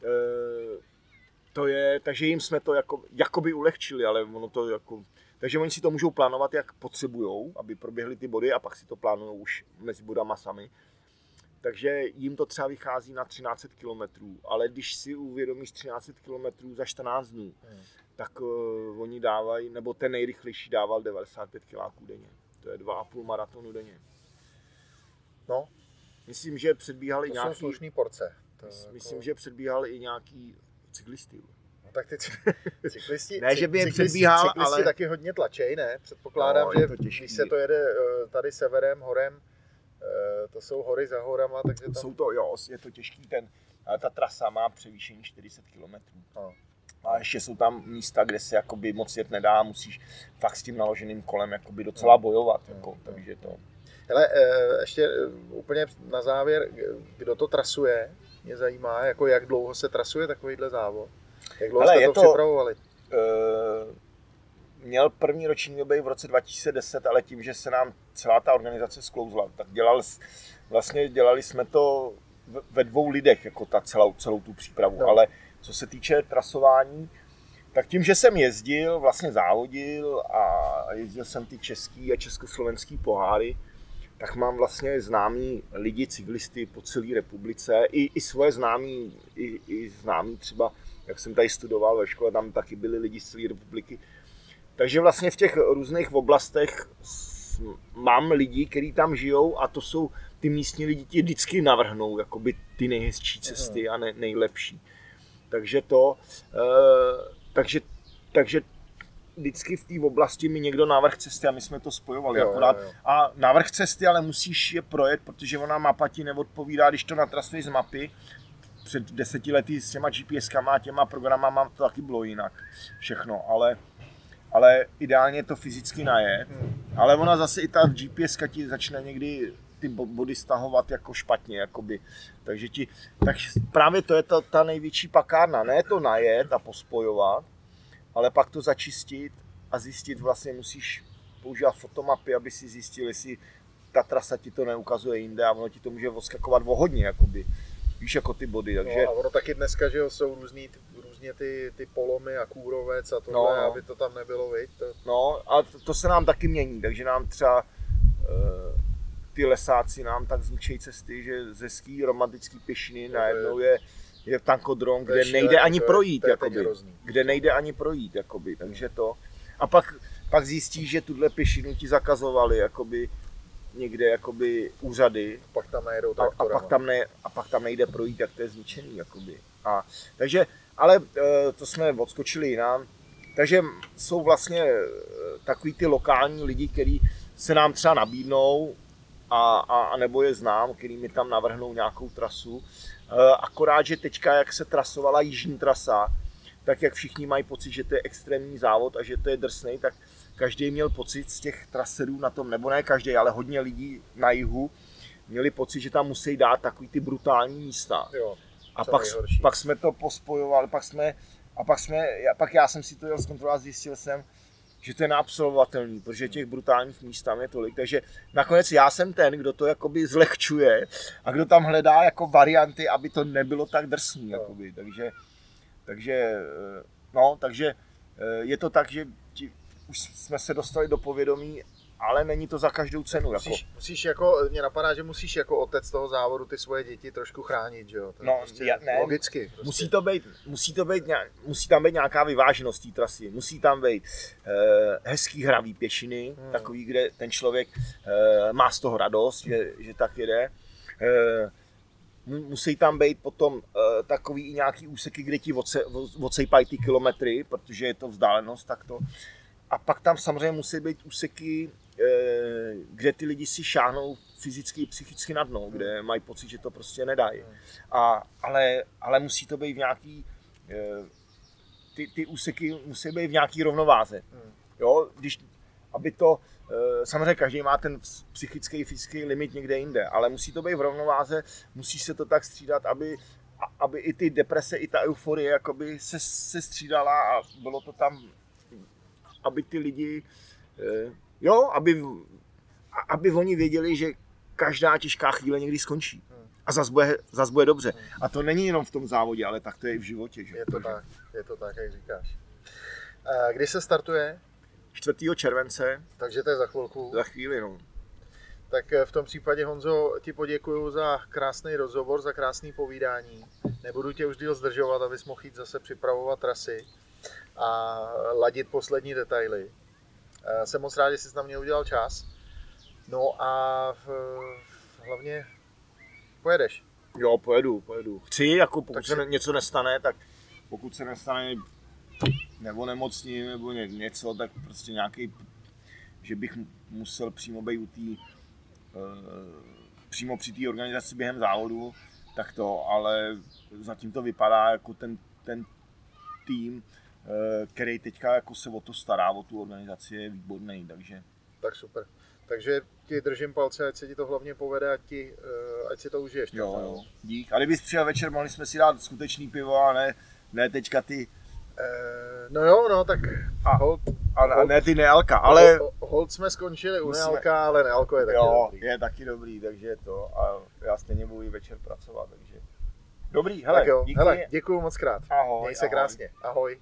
to je, takže jim jsme to jako, jakoby ulehčili, ale ono to jako, takže oni si to můžou plánovat, jak potřebujou, aby proběhly ty body a pak si to plánují už mezi bodama sami. Takže jim to třeba vychází na třináct set kilometrů, ale když si uvědomíš třináct set kilometrů za čtrnáct dnů, hmm. tak uh, oni dávají, nebo ten nejrychlejší dával devadesát pět kiláků denně. To je dva a půl maratonu denně. No. Myslím, že předbíhali to nějaký... To jsou slušný porce. To myslím, jako... že předbíhali i nějaký cyklisty. No tak ty cyklisti, ne, že by je cyklisti, předbíhal, cyklisti ale... taky hodně tlačej, ne? Předpokládám, no, že když se to jede tady severem, horem, to jsou hory za horama, takže tam... Jsou to, jo, je to těžký, ten, ta trasa má převýšení čtyři sta kilometrů. No. A ještě jsou tam místa, kde se jakoby moc jet nedá, musíš fakt s tím naloženým kolem jakoby docela bojovat, no. Jako, no. Takže to... Hele, ještě úplně na závěr, kdo to trasuje, mě zajímá, jako jak dlouho se trasuje takovýhle závod? Jak dlouho Hele, jste to, to připravovali? Uh... Měl první ročník obej v roce dva tisíce deset, ale tím, že se nám celá ta organizace sklouzla, tak dělal, vlastně dělali jsme to ve dvou lidech, jako ta celou, celou tu přípravu. No. Ale co se týče trasování, tak tím, že jsem jezdil, vlastně závodil a jezdil jsem ty český a československý poháry, tak mám vlastně známí lidi, cyklisty po celé republice, i, i svoje známí, i, i známí třeba, jak jsem tady studoval ve škole, tam taky byli lidi z celé republiky. Takže vlastně v těch různých oblastech mám lidi, kteří tam žijou a to jsou, ty místní lidi ti vždycky navrhnou jakoby ty nejhezčí cesty a ne, nejlepší. Takže to, e, takže, takže vždycky v té oblasti mi někdo návrh cesty a my jsme to spojovali jo, akorát. Jo, jo. A návrh cesty, ale musíš je projet, protože ona mapa ti neodpovídá, když to natrasuješ z mapy. Před deseti lety s těma GPSkama a těma programama to taky bylo jinak všechno, ale, ale ideálně to fyzicky najet. Hmm. Ale ona zase i ta GPSka ti začne někdy ty body stahovat jako špatně, jakoby. Takže ti, tak právě to je ta, ta největší pakárna, ne to najet a pospojovat, ale pak to začistit a zjistit, vlastně musíš používat fotomapy, aby si zjistil, jestli ta trasa ti to neukazuje jinde a ono ti to může odskakovat o hodně, jakoby. Víš, jako ty body, takže... No a ono taky dneska, že jo, jsou různý, různě ty, ty polomy a kůrovec a tohle, no, no. aby to tam nebylo, viď? To... No a to, to se nám taky mění, takže nám třeba uh, ty lesáci nám tak zničejí cesty, že ze ský romantický pěšiny no, najednou je, je tankodrom, kde šílený, nejde ani to je, projít, to je jakoby, kde nejde ani projít, jakoby, takže to... A pak, pak zjistíš, že tuhle pěšinu ti zakazovali, jakoby, někde jakoby úřady a pak tam nejedou a, a, pak tam ne, a pak tam nejde projít, jak to je zničený. Jakoby. A, takže, ale to jsme odskočili jinam. Takže jsou vlastně takový ty lokální lidi, kteří se nám třeba nabídnou a, a, a nebo je znám, který mi tam navrhnou nějakou trasu. Akorát, že teďka, jak se trasovala jižní trasa, tak jak všichni mají pocit, že to je extrémní závod a že to je drsnej, tak každý měl pocit z těch traserů na tom, nebo ne každý, ale hodně lidí na jihu měli pocit, že tam musí dát takový ty brutální místa. Jo, a pak, pak jsme to pospojovali, pak jsme, a pak, jsme, pak já jsem si to jel zkontrolovat, zjistil jsem, že to je neabsolvovatelný, protože těch brutálních míst tam je tolik, takže nakonec já jsem ten, kdo to jakoby zlehčuje a kdo tam hledá jako varianty, aby to nebylo tak drsný, jo. jakoby, takže, takže, no, takže je to tak, že ti, už jsme se dostali do povědomí, ale není to za každou cenu. Musíš jako. musíš jako, mě napadá, že musíš jako otec toho závodu ty svoje děti trošku chránit, že jo? To no, prostě já, ne, logicky. Prostě. Musí, to být, musí, to být, musí tam být nějaká vyváženost té trasy, musí tam být eh, hezký hravý pěšiny, hmm. takový, kde ten člověk eh, má z toho radost, že, že tak jede. Eh, musí tam být potom uh, takový i nějaký úseky, kde ti odse, odsejpají ty kilometry, protože je to vzdálenost takto. A pak tam samozřejmě musí být úseky, uh, kde ty lidi si šáhnou fyzicky i psychicky na dno, kde mají pocit, že to prostě nedají. A, ale, ale musí to být v nějaký, uh, ty, ty úseky musí být v nějaký rovnováze. Jo? Když, aby to, samozřejmě každý má ten psychický, fyzický limit někde jinde, ale musí to být v rovnováze, musí se to tak střídat, aby, aby i ty deprese, i ta euforie jakoby se, se střídala a bylo to tam, aby ty lidi, jo, aby, aby oni věděli, že každá těžká chvíle někdy skončí a zas bude, zas bude dobře. A to není jenom v tom závodě, ale tak to je i v životě. Že? Je to tak, je to tak, jak říkáš. Kdy se startuje? čtvrtého července. Takže to je za chvilku. Za chvíli, no. Tak v tom případě, Honzo, ti poděkuju za krásný rozhovor, za krásný povídání. Nebudu tě už díl zdržovat, abys mohl jít zase připravovat trasy a ladit poslední detaily. Jsem moc rád, že jsi na mě udělal čas. No a v, hlavně pojedeš. Jo, pojedu, pojedu. Chci, jako pokud tak se si... něco nestane, tak pokud se nestane nebo nemocním, nebo ně, něco, tak prostě nějaký, že bych musel přímo být u tý, uh, přímo při té organizaci během závodu, tak to, ale zatím to vypadá jako ten, ten tým, uh, který teďka jako se o to stará, o tu organizaci, je výborný, takže. Tak super. Takže ti držím palce, ať se ti to hlavně povede, ať, ti, uh, ať si to užiješ. Jo, jo, dík. A kdybys přijel večer, mohli jsme si dát skutečný pivo a ne, ne teďka ty. Uh, no jo, no tak a, hold, a hold, ne ty nealka, ale hold, hold jsme skončili u musíme, nealka, ale nealko je taky jo, dobrý. je taky dobrý, takže je to a já stejně budu večer pracovat, takže dobrý, hele, tak jo, díky. hele, děkuju moc krát. Ahoj, Měj se ahoj. krásně, ahoj.